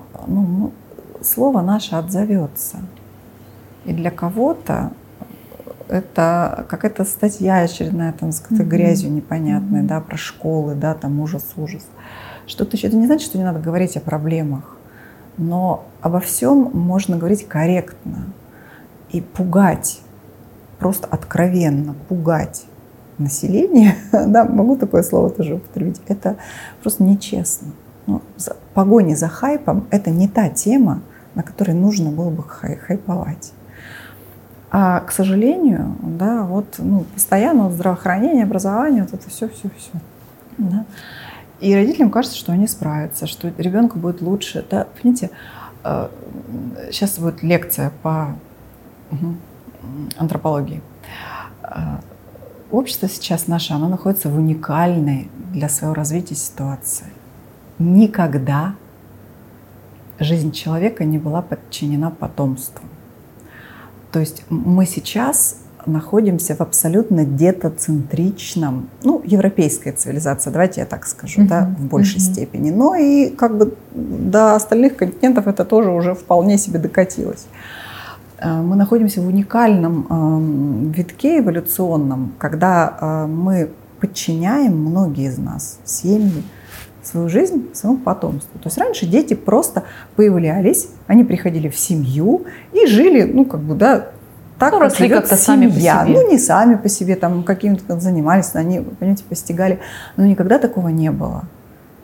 слово наше отзовется. И для кого-то это какая-то статья очередная с какой-то грязью непонятной, про школы, ужас. Что-то еще. Это не значит, что не надо говорить о проблемах, но обо всем можно говорить корректно и пугать, просто откровенно пугать население, могу такое слово тоже употребить, это просто нечестно. Погоня за хайпом — это не та тема, на которой нужно было бы хайповать. А, к сожалению, постоянно здравоохранение, образование, это все. Да? И родителям кажется, что они справятся, что ребенку будет лучше. Да? Понимаете, сейчас будет лекция по антропологии. Общество сейчас наше, оно находится в уникальной для своего развития ситуации. Никогда жизнь человека не была подчинена потомству. То есть мы сейчас находимся в абсолютно детоцентричном, европейская цивилизация, давайте я так скажу, в большей степени. Но и до остальных континентов это тоже уже вполне себе докатилось. Мы находимся в уникальном витке эволюционном, когда мы подчиняем, многие из нас, семьи, свою жизнь своему потомству. То есть раньше дети просто появлялись, они приходили в семью и жили, так, как росли живет как-то семья. сами по себе. Не сами по себе, каким-то занимались, они, понимаете, постигали. Но никогда такого не было.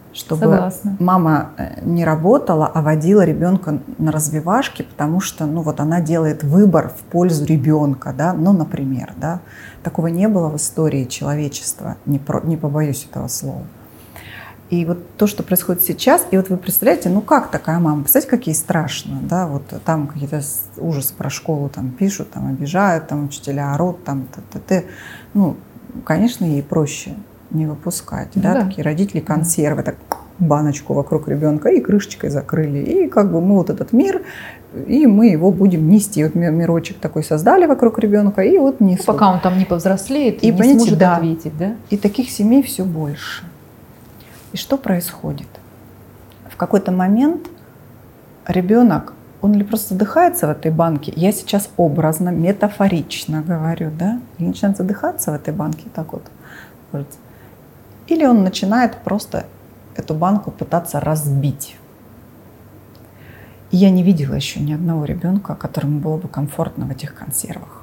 чтобы Согласна. мама не работала, а водила ребенка на развивашки, потому что, ну, вот она делает выбор в пользу ребенка, да, ну, например, да. Такого не было в истории человечества, не побоюсь этого слова. И вот то, что происходит сейчас, и вот вы представляете, ну как такая мама, представляете, как ей страшно, да, вот там какие-то ужасы про школу там пишут, там обижают, там учителя орут, там ну, конечно, ей проще не выпускать, да, такие родители консервы, так баночку вокруг ребенка и крышечкой закрыли, и как бы мы вот этот мир, и мы его будем нести, вот мирочек такой создали вокруг ребенка, и вот несут. Пока он там не повзрослеет и не сможет ответить, да? И таких семей все больше. И что происходит? В какой-то момент ребенок, он или просто задыхается в этой банке, я сейчас образно, метафорично говорю, да, и начинает задыхаться в этой банке, так вот, или он начинает просто эту банку пытаться разбить. И я не видела еще ни одного ребенка, которому было бы комфортно в этих консервах.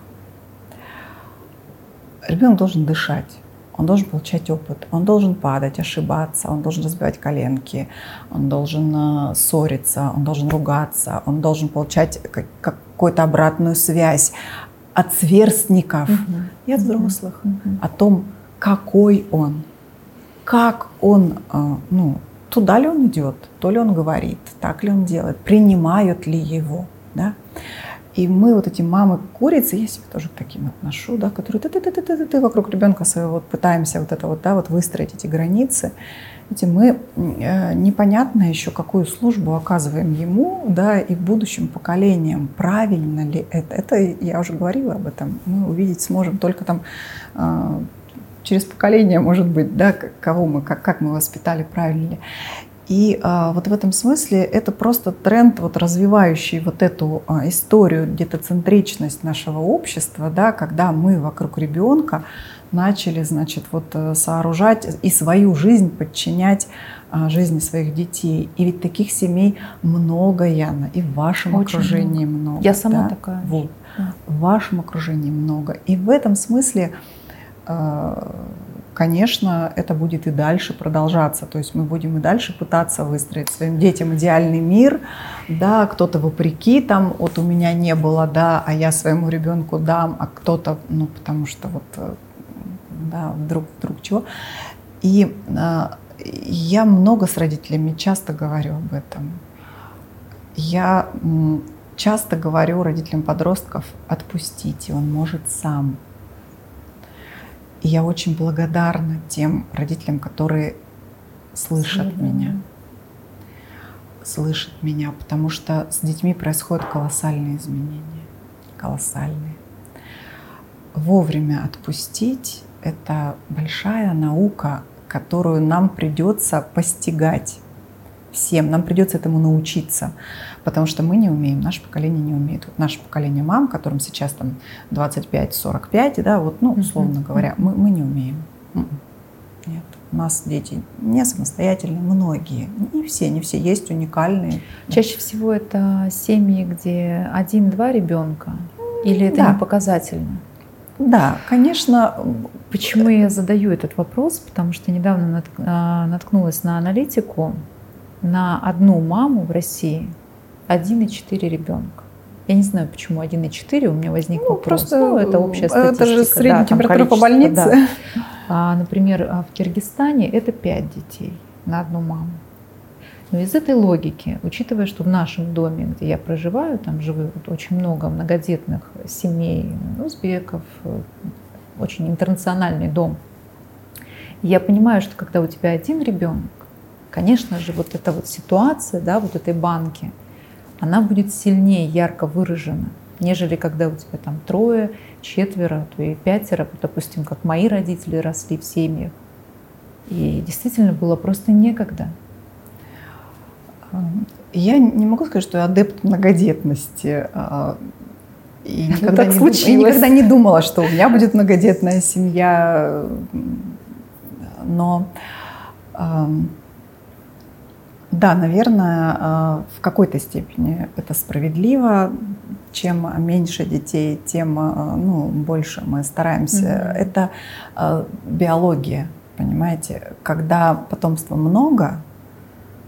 Ребенок должен дышать. Он должен получать опыт, он должен падать, ошибаться, он должен разбивать коленки, он должен ссориться, он должен ругаться, он должен получать какую-то обратную связь от сверстников и от взрослых о том, какой он, как он, ну, туда ли он идет, то ли он говорит, так ли он делает, принимают ли его, да. И мы вот эти мамы-курицы, я себя тоже к таким отношу, да, которые ты вокруг ребенка своего вот пытаемся вот это вот, да, вот выстроить эти границы. Видите, мы непонятно еще, какую службу оказываем ему, да, и будущим поколениям. Правильно ли это? Это я уже говорила об этом. Мы увидеть сможем только там через поколение, может быть, да, кого мы, как мы воспитали, правильно ли. И вот в этом смысле это просто тренд, вот, развивающий вот эту историю, детоцентричность нашего общества, да, когда мы вокруг ребенка начали, значит, вот, сооружать и свою жизнь подчинять жизни своих детей. И ведь таких семей много, Яна, и в вашем очень окружении много. Я сама да? такая. Вот. Да. В вашем окружении много. И в этом смысле, конечно, это будет и дальше продолжаться. То есть мы будем и дальше пытаться выстроить своим детям идеальный мир. Да, кто-то вопреки, там, вот у меня не было, да, а я своему ребенку дам, а кто-то, ну, потому что вот, да, вдруг чего. И я много с родителями часто говорю об этом. Я часто говорю родителям подростков: отпустите, он может сам. И я очень благодарна тем родителям, которые слышат меня. Слышат меня, потому что с детьми происходят колоссальные изменения. Колоссальные. Вовремя отпустить — это большая наука, которую нам придется постигать всем. Нам придется этому научиться, потому что мы не умеем, наше поколение не умеет. Вот наше поколение мам, которым сейчас там 25-45, да, вот, ну, условно говоря, мы не умеем. Нет, у нас дети не самостоятельные, многие, не все есть уникальные. Чаще всего это семьи, где 1-2 ребенка, или это не показательно? Да, конечно. Почему я задаю этот вопрос? Потому что недавно наткнулась на аналитику. На одну маму в России 1,4 ребенка. Я не знаю, почему 1,4, у меня возник вопрос. Просто это общая статистика. Это же средняя температура по больнице. Да. Например, в Киргизстане это 5 детей на одну маму. Но из этой логики, учитывая, что в нашем доме, где я проживаю, там живет очень много многодетных семей, узбеков, очень интернациональный дом. И я понимаю, что когда у тебя один ребенок, конечно же, вот эта вот ситуация, да, вот этой банки, она будет сильнее, ярко выражена, нежели когда у тебя там 3, 4, то и 5, вот, допустим, как мои родители росли в семьях. И действительно было просто некогда. Я не могу сказать, что я адепт многодетности. И никогда не думала, что у меня будет многодетная семья. Но да, наверное, в какой-то степени это справедливо. Чем меньше детей, тем больше мы стараемся. Это биология, понимаете? Когда потомства много,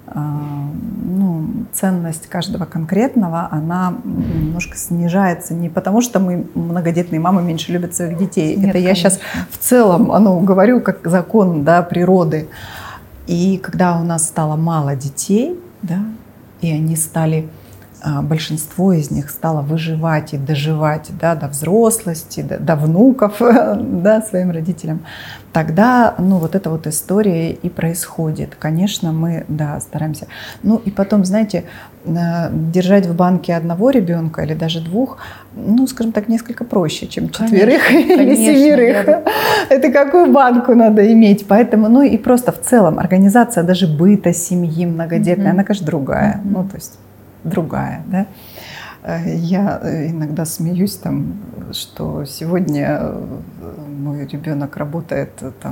ценность каждого конкретного, она немножко снижается. Не потому, что мы, многодетные мамы, меньше любят своих детей. Нет, это я сейчас в целом говорю как закон, да, природы. И когда у нас стало мало детей, да, и они стали, большинство из них стало выживать и доживать, да, до взрослости, до внуков, да, своим родителям, тогда вот эта вот история и происходит. Конечно, мы, да, стараемся. И потом, знаете, держать в банке одного ребенка или даже двух, скажем так, несколько проще, чем четверых или семерых. Это какую банку надо иметь. Поэтому, и просто в целом организация даже быта семьи многодетной, она, конечно, другая. То есть другая, да. Я иногда смеюсь, что сегодня мой ребенок работает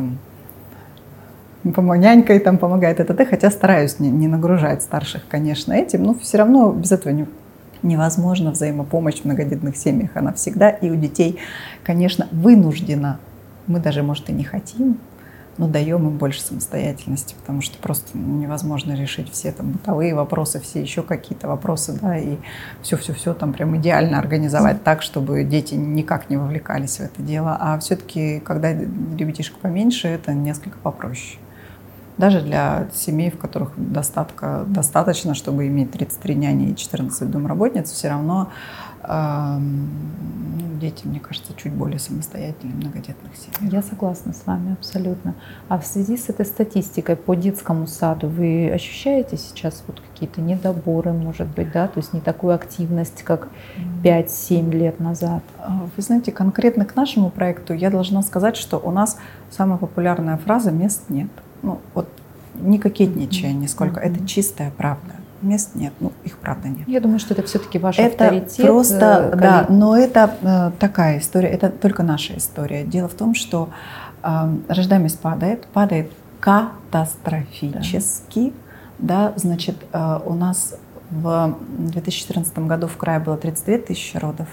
нянькой помогает хотя стараюсь не нагружать старших, конечно, этим, но все равно без этого невозможно. Взаимопомощь в многодетных семьях, она всегда, и у детей, конечно, вынуждена. Мы даже, может, и не хотим, но даем им больше самостоятельности, потому что просто невозможно решить все бытовые вопросы, все еще какие-то вопросы, да, и все прям идеально организовать так, чтобы дети никак не вовлекались в это дело. А все-таки, когда ребятишек поменьше, это несколько попроще. Даже для семей, в которых достаточно, чтобы иметь 33 няни и 14 домработниц, все равно дети, мне кажется, чуть более самостоятельные в многодетных семьях. Я согласна с вами абсолютно. А в связи с этой статистикой по детскому саду вы ощущаете сейчас какие-то недоборы, может быть, да? То есть не такую активность, как 5-7 лет назад? Вы знаете, конкретно к нашему проекту я должна сказать, что у нас самая популярная фраза «мест нет». Не кокетничая нисколько, это чистая правда. Мест нет, их правда нет. Я думаю, что это все-таки ваш авторитет. Это просто, да, но это такая история, это только наша история. Дело в том, что рождаемость падает катастрофически. Да, значит, у нас в 2014 году в крае было 32 тысячи родов,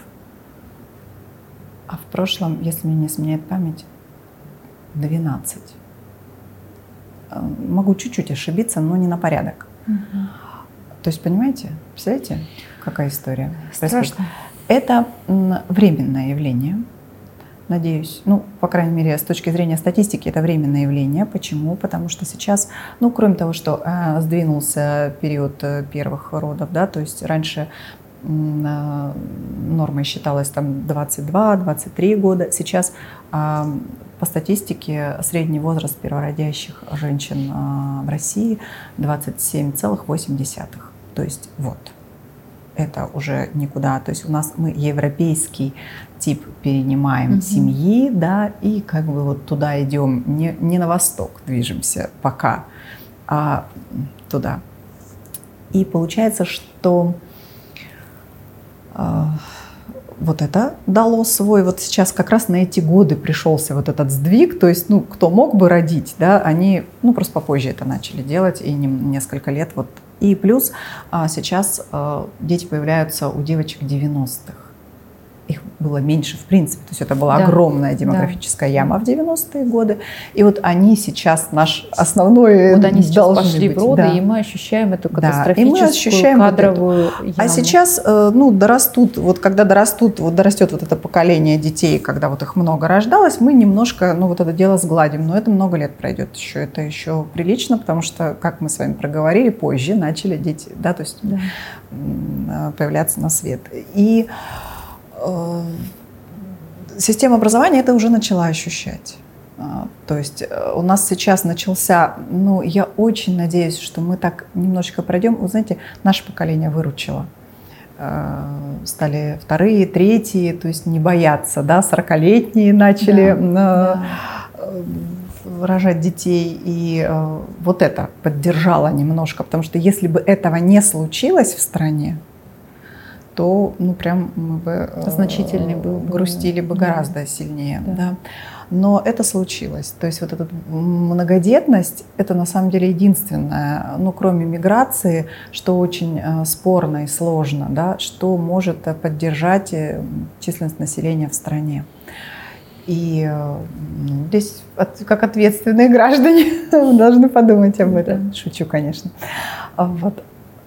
а в прошлом, если мне не изменяет память, 12. Могу чуть-чуть ошибиться, но не на порядок. То есть, понимаете, представляете, какая история? Страшно. Это временное явление, надеюсь. По крайней мере, с точки зрения статистики, это временное явление. Почему? Потому что сейчас, кроме того, что сдвинулся период первых родов, да, то есть раньше нормой считалось 22-23 года, сейчас по статистике средний возраст первородящих женщин в России 27,8. То есть это уже никуда. То есть у нас мы европейский тип перенимаем семьи, да, и туда идем, не на восток движемся пока, а туда. И получается, что это дало свой, сейчас как раз на эти годы пришелся этот сдвиг, то есть, кто мог бы родить, да, они, просто попозже это начали делать, и несколько лет, И плюс сейчас дети появляются у девочек 90-х. Их было меньше в принципе, то есть это была огромная демографическая яма в 90-е годы. И они сейчас наш основной они сейчас пошли в роды, и мы ощущаем эту катастрофическую кадровую яму. А сейчас, дорастут, когда дорастет это поколение детей, когда их много рождалось, мы немножко, это дело сгладим. Но это много лет пройдет еще. Это еще прилично, потому что, как мы с вами проговорили, позже начали дети, да, то есть появляться на свет. И система образования это уже начала ощущать. То есть у нас сейчас начался, я очень надеюсь, что мы так немножечко пройдем. Вы знаете, наше поколение выручило. Стали вторые, третьи, то есть не бояться, да, 40-летние начали рожать детей. И это поддержало немножко, потому что если бы этого не случилось в стране, то прям мы бы значительный был грустили бы гораздо сильнее. Да. Но это случилось. То есть эта многодетность – это на самом деле единственное, кроме миграции, что очень спорно и сложно, да, что может поддержать численность населения в стране. И здесь, как ответственные граждане, должны подумать об этом. Шучу, конечно. Вот.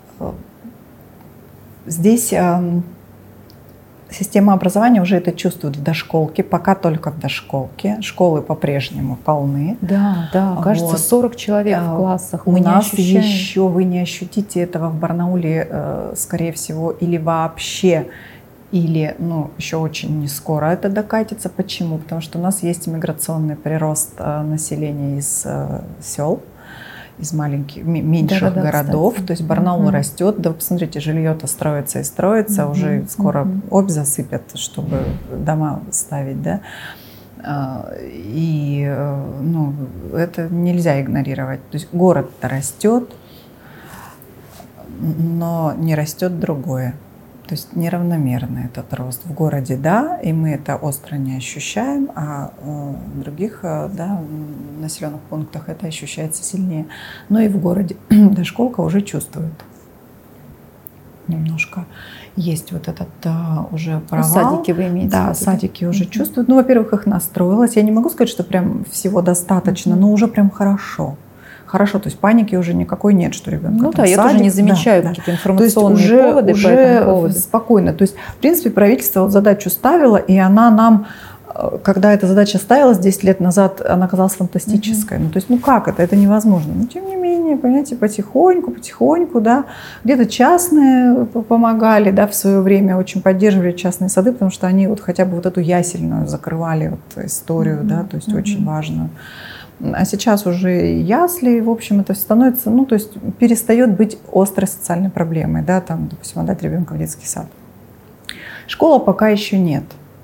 Здесь система образования уже это чувствует в дошколке, пока только в дошколке. Школы по-прежнему полны. Да, кажется, вот. 40 человек в классах. У нас еще вы не ощутите этого в Барнауле, скорее всего, или вообще, или еще очень не скоро это докатится. Почему? Потому что у нас есть миграционный прирост населения из сел, из маленьких, меньших городов. Кстати. То есть Барнаул растет. Да вы посмотрите, жилье-то строится и строится. Уже скоро обь засыпят, чтобы дома ставить. Да? И это нельзя игнорировать. То есть город-то растет, но не растет другое. То есть неравномерный этот рост. В городе, да, и мы это остро не ощущаем, а в других населенных пунктах это ощущается сильнее. Но и в городе дошколка уже чувствует. Немножко есть вот этот уже провал. Садики вы имеете? Да, садики уже чувствуют. Во-первых, их настроилось. Я не могу сказать, что прям всего достаточно, но уже прям хорошо. Хорошо, то есть паники уже никакой нет, что ребенок я тоже не замечаю какие-то информационные поводы по этому поводу. Спокойно. То есть, в принципе, правительство задачу ставило, и она нам, когда эта задача ставилась 10 лет назад, она казалась фантастической. То есть, как это? Это невозможно. Но тем не менее, понимаете, потихоньку, да, где-то частные помогали, да, в свое время очень поддерживали частные сады, потому что они вот хотя бы вот эту ясельную закрывали вот историю, да, то есть очень важную. А сейчас уже ясли, в общем, это становится, то есть перестает быть острой социальной проблемой, да, там, допустим, отдать ребенка в детский сад. Школа пока еще нет.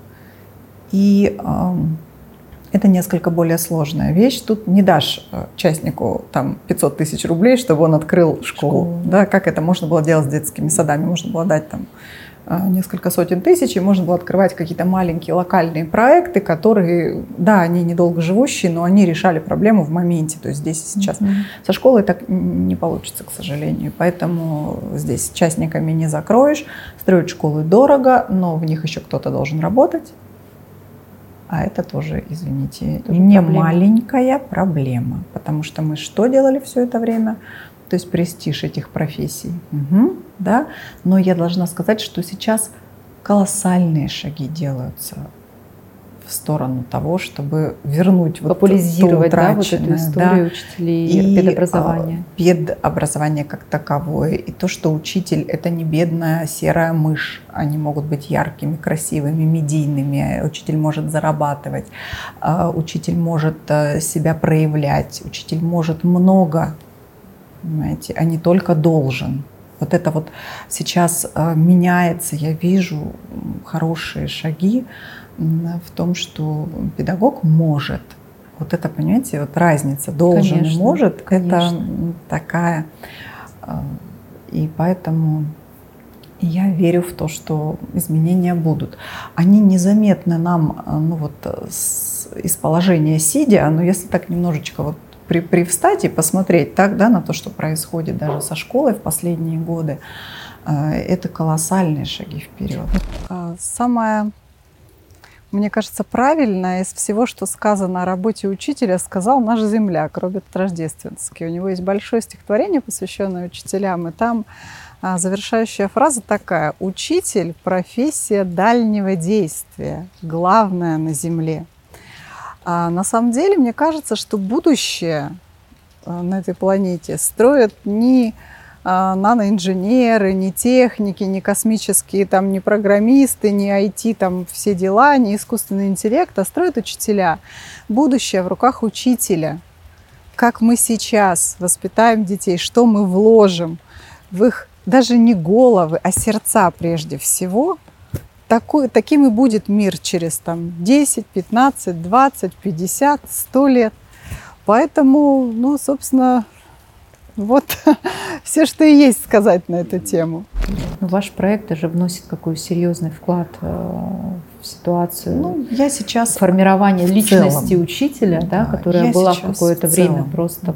И это несколько более сложная вещь. Тут не дашь частнику там 500 тысяч рублей, чтобы он открыл школу. Да, как это можно было делать с детскими садами? Можно было дать там несколько сотен тысяч, и можно было открывать какие-то маленькие локальные проекты, которые, да, они недолго живущие, но они решали проблему в моменте. То есть здесь и сейчас. Со школой так не получится, к сожалению. Поэтому здесь частниками не закроешь. Строить школы дорого, но в них еще кто-то должен работать. А это тоже, извините, не маленькая проблема. Потому что мы что делали все это время? То есть престиж этих профессий. Да? Но я должна сказать, что сейчас колоссальные шаги делаются в сторону того, чтобы вернуть популяризировать вот эту историю учителей и педобразования. Педобразование как таковое. И то, что учитель — это не бедная серая мышь. Они могут быть яркими, красивыми, медийными. Учитель может зарабатывать. Учитель может себя проявлять. Учитель может много, понимаете, а не только должен. Вот это вот сейчас меняется. Я вижу хорошие шаги в том, что педагог может. Вот это, понимаете, вот разница. Должен и может. Конечно. Это такая. И поэтому я верю в то, что изменения будут. Они незаметны нам из положения сидя, но если так немножечко привстать и посмотреть так, да, на то, что происходит даже со школой в последние годы, это колоссальные шаги вперед. Самое, мне кажется, правильное из всего, что сказано о работе учителя, сказал наш земляк Роберт Рождественский. У него есть большое стихотворение, посвященное учителям, и там завершающая фраза такая: «Учитель – профессия дальнего действия, главная на земле». А на самом деле, мне кажется, что будущее на этой планете строят не наноинженеры, не техники, не космические, не программисты, не IT, все дела, не искусственный интеллект, а строят учителя. Будущее в руках учителя. Как мы сейчас воспитаем детей, что мы вложим в их даже не головы, а сердца прежде всего, таким и будет мир через 10, 15, 20, 50, 100 лет. Поэтому, собственно, вот все, что и есть сказать на эту тему. Ваш проект даже вносит какой серьезный вклад в ситуацию я сейчас формирования личности учителя, да, которая была в какое-то время просто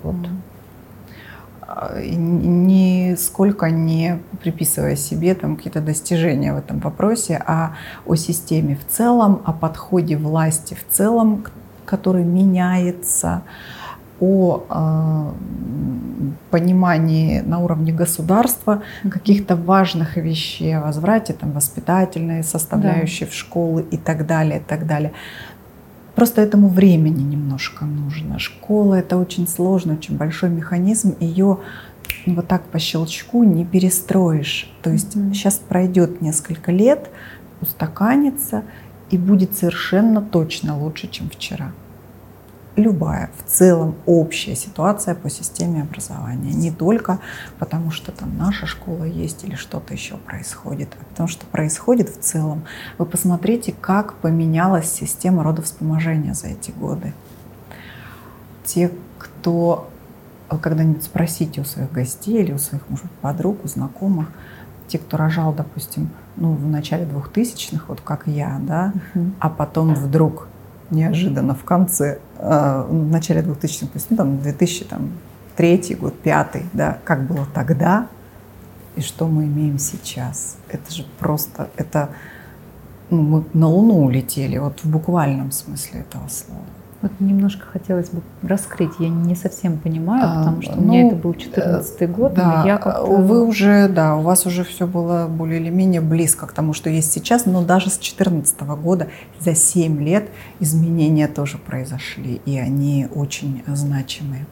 нисколько не приписывая себе какие-то достижения в этом вопросе, а о системе в целом, о подходе власти в целом, который меняется, о понимании на уровне государства каких-то важных вещей, о возврате там, воспитательной составляющей в школы и так далее, и так далее. Просто этому времени немножко нужно. Школа — это очень сложный, очень большой механизм, ее вот так по щелчку не перестроишь. То есть сейчас пройдет несколько лет, устаканится и будет совершенно точно лучше, чем вчера. Любая, в целом, общая ситуация по системе образования. Не только потому, что там наша школа есть или что-то еще происходит, а потому что происходит в целом. Вы посмотрите, как поменялась система родовспоможения за эти годы. Те, кто... Когда-нибудь спросите у своих гостей или у своих, может, подруг, у знакомых, те, кто рожал, допустим, в начале 2000-х, вот как я, да, а потом вдруг неожиданно в конце, в начале 2000-х, то есть, 2003 год, 2005, да, как было тогда и что мы имеем сейчас. Это же просто, мы на Луну улетели, вот в буквальном смысле этого слова. Вот немножко хотелось бы раскрыть. Я не совсем понимаю, потому что у меня это был 2014 год, да, но я как-то... Вы уже, да, у вас уже все было более или менее близко к тому, что есть сейчас, но даже с 2014 года за 7 лет изменения тоже произошли, и они очень значимые.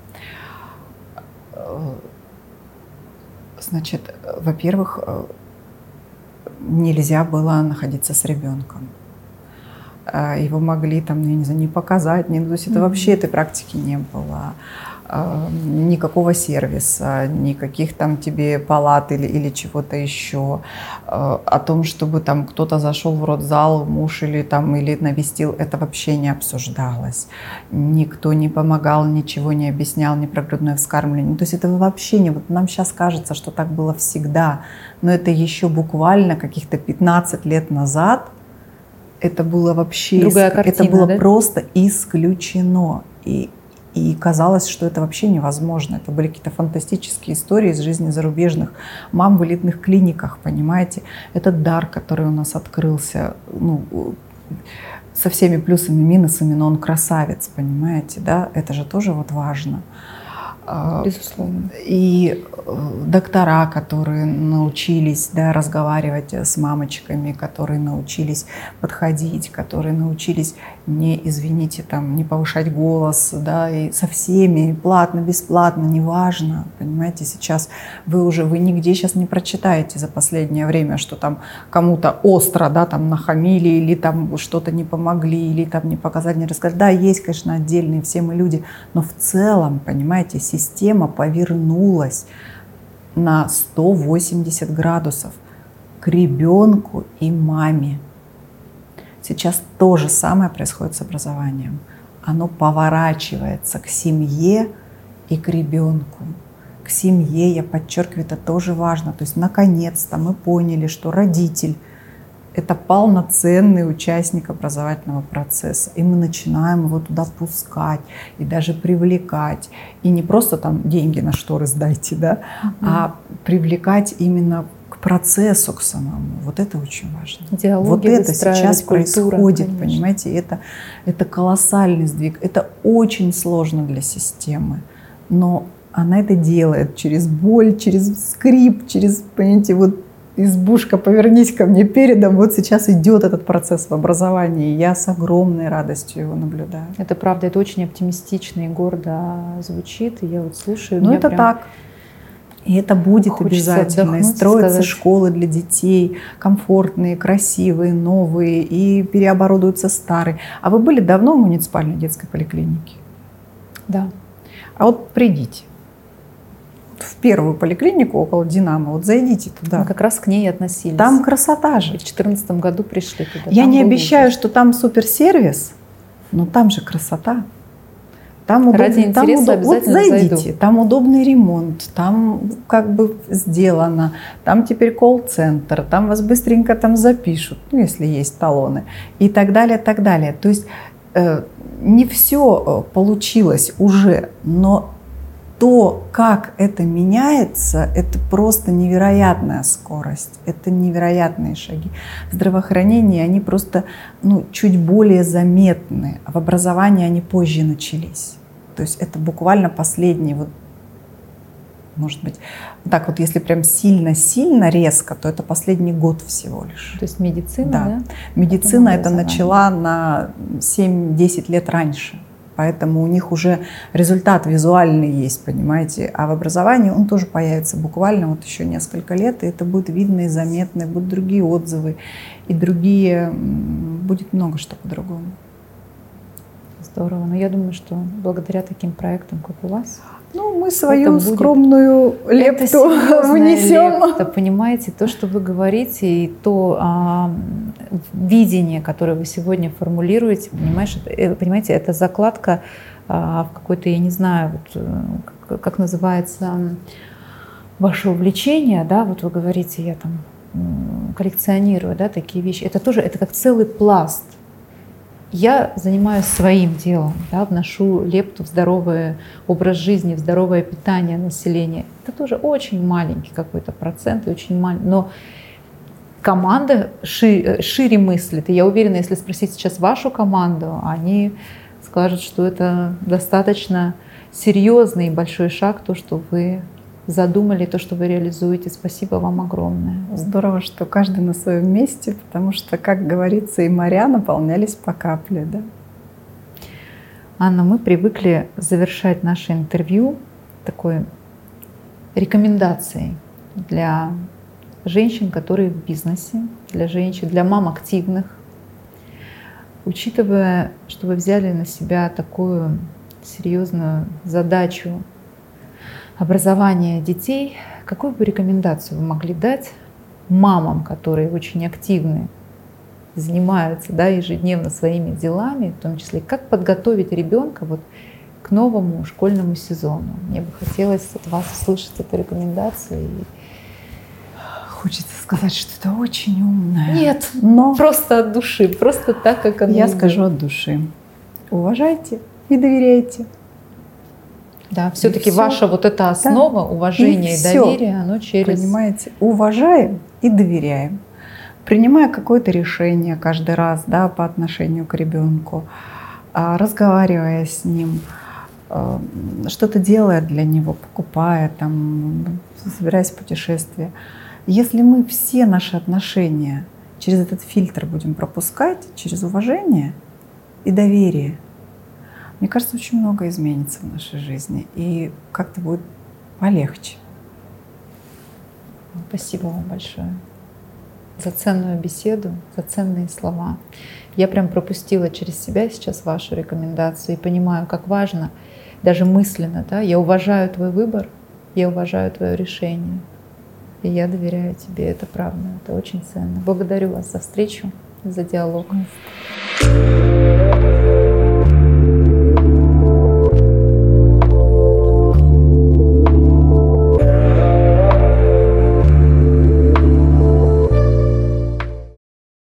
Значит, во-первых, нельзя было находиться с ребенком. Его могли там, я не знаю, не показать, то есть это вообще этой практики не было. Никакого сервиса, никаких там тебе палат или чего-то еще. О том, чтобы там кто-то зашел в родзал, муж или навестил, это вообще не обсуждалось. Никто не помогал, ничего не объяснял, ни про грудное вскармливание. То есть это вообще не... Вот нам сейчас кажется, что так было всегда, но это еще буквально каких-то 15 лет назад. Это было вообще... Другая картина, это было да? просто исключено. И казалось, что это вообще невозможно. Это были какие-то фантастические истории из жизни зарубежных мам в элитных клиниках, понимаете? Это дар, который у нас открылся, со всеми плюсами и минусами, но он красавец, понимаете, да? Это же тоже вот важно. Безусловно. И доктора, которые научились, да, разговаривать с мамочками, которые научились подходить, которые научились не повышать голос, да, и со всеми, платно, бесплатно, неважно, понимаете, сейчас вы нигде сейчас не прочитаете за последнее время, что там кому-то остро, да, там нахамили или там что-то не помогли, или там не показали, не рассказали. Да, есть, конечно, отдельные, все мы люди, но в целом, понимаете, система повернулась на 180 градусов к ребенку и маме. Сейчас то же самое происходит с образованием. Оно поворачивается к семье и к ребенку. К семье, я подчеркиваю, это тоже важно. То есть наконец-то мы поняли, что родитель — это полноценный участник образовательного процесса. И мы начинаем его туда пускать и даже привлекать. И не просто там деньги на шторы сдайте, да, а привлекать именно к процессу, к самому. Вот это очень важно. Диалоги вот это сейчас культура, происходит, конечно. понимаете, это колоссальный сдвиг. Это очень сложно для системы, но она это делает через боль, через скрип, через, понимаете, вот избушка, повернись ко мне передом. Вот сейчас идет этот процесс в образовании. Я с огромной радостью его наблюдаю. Это правда, это очень оптимистично и гордо звучит. И я вот слушаю. Ну это так. И это будет обязательно. И строятся школы для детей, комфортные, красивые, новые, и переоборудуются старые. А вы были давно в муниципальной детской поликлинике? Да. А вот придите в первую поликлинику около Динамо, вот зайдите туда. Мы как раз к ней относились. Там красота же. В 2014 году пришли туда. Я не обещаю, что там суперсервис, но там же красота. Там ради интереса обязательно вот зайдите, зайду. Там удобный ремонт, там как бы сделано, там теперь колл-центр, там вас быстренько там запишут, если есть талоны, и так далее, так далее. То есть не все получилось уже, но то, как это меняется, это просто невероятная скорость, это невероятные шаги. В здравоохранении они просто чуть более заметны, а в образовании они позже начались. То есть это буквально последние Может быть, так вот, если прям сильно-сильно резко, то это последний год всего лишь. То есть медицина, да? Медицина это начала на 7-10 лет раньше. Поэтому у них уже результат визуальный есть, понимаете. А в образовании он тоже появится буквально вот еще несколько лет, и это будет видно и заметно, и будут другие отзывы, и будет много что по-другому. Здорово. Но я думаю, что благодаря таким проектам, как у вас, мы свою скромную лепту внесем. Лепта, понимаете, то, что вы говорите, и то видение, которое вы сегодня формулируете, понимаете, это закладка в какой-то, я не знаю, вот, как называется ваше увлечение, да, вот вы говорите, я там коллекционирую, да, такие вещи. Это тоже, это как целый пласт. Я занимаюсь своим делом, да, вношу лепту в здоровый образ жизни, в здоровое питание населения. Это тоже очень маленький какой-то процент, очень маленький. Но команда шире мыслит. И я уверена, если спросить сейчас вашу команду, они скажут, что это достаточно серьезный и большой шаг, то, что вы задумали, то, что вы реализуете. Спасибо вам огромное. Здорово, что каждый на своем месте, потому что, как говорится, и моря наполнялись по капле, да? Анна, мы привыкли завершать наше интервью такой рекомендацией для женщин, которые в бизнесе, для женщин, для мам активных. Учитывая, что вы взяли на себя такую серьезную задачу образования детей, какую бы рекомендацию вы могли дать мамам, которые очень активны, занимаются, да, ежедневно своими делами, в том числе, как подготовить ребенка вот к новому школьному сезону? Мне бы хотелось от вас услышать эту рекомендацию. Хочется сказать, что это очень умное. Нет, но просто от души, просто так, как оно. Я скажу от души. Уважайте и доверяйте. Да, все-таки ваша вот эта основа, уважение и доверие, оно через... Понимаете, уважаем и доверяем. Принимая какое-то решение каждый раз, да, по отношению к ребенку, разговаривая с ним, что-то делая для него, покупая, там, собираясь в путешествие. Если мы все наши отношения через этот фильтр будем пропускать, через уважение и доверие, мне кажется, очень много изменится в нашей жизни, и как-то будет полегче. Спасибо вам большое за ценную беседу, за ценные слова. Я прям пропустила через себя сейчас вашу рекомендацию и понимаю, как важно, даже мысленно, да, я уважаю твой выбор, я уважаю твое решение, и я доверяю тебе, это правда, это очень ценно. Благодарю вас за встречу, за диалог.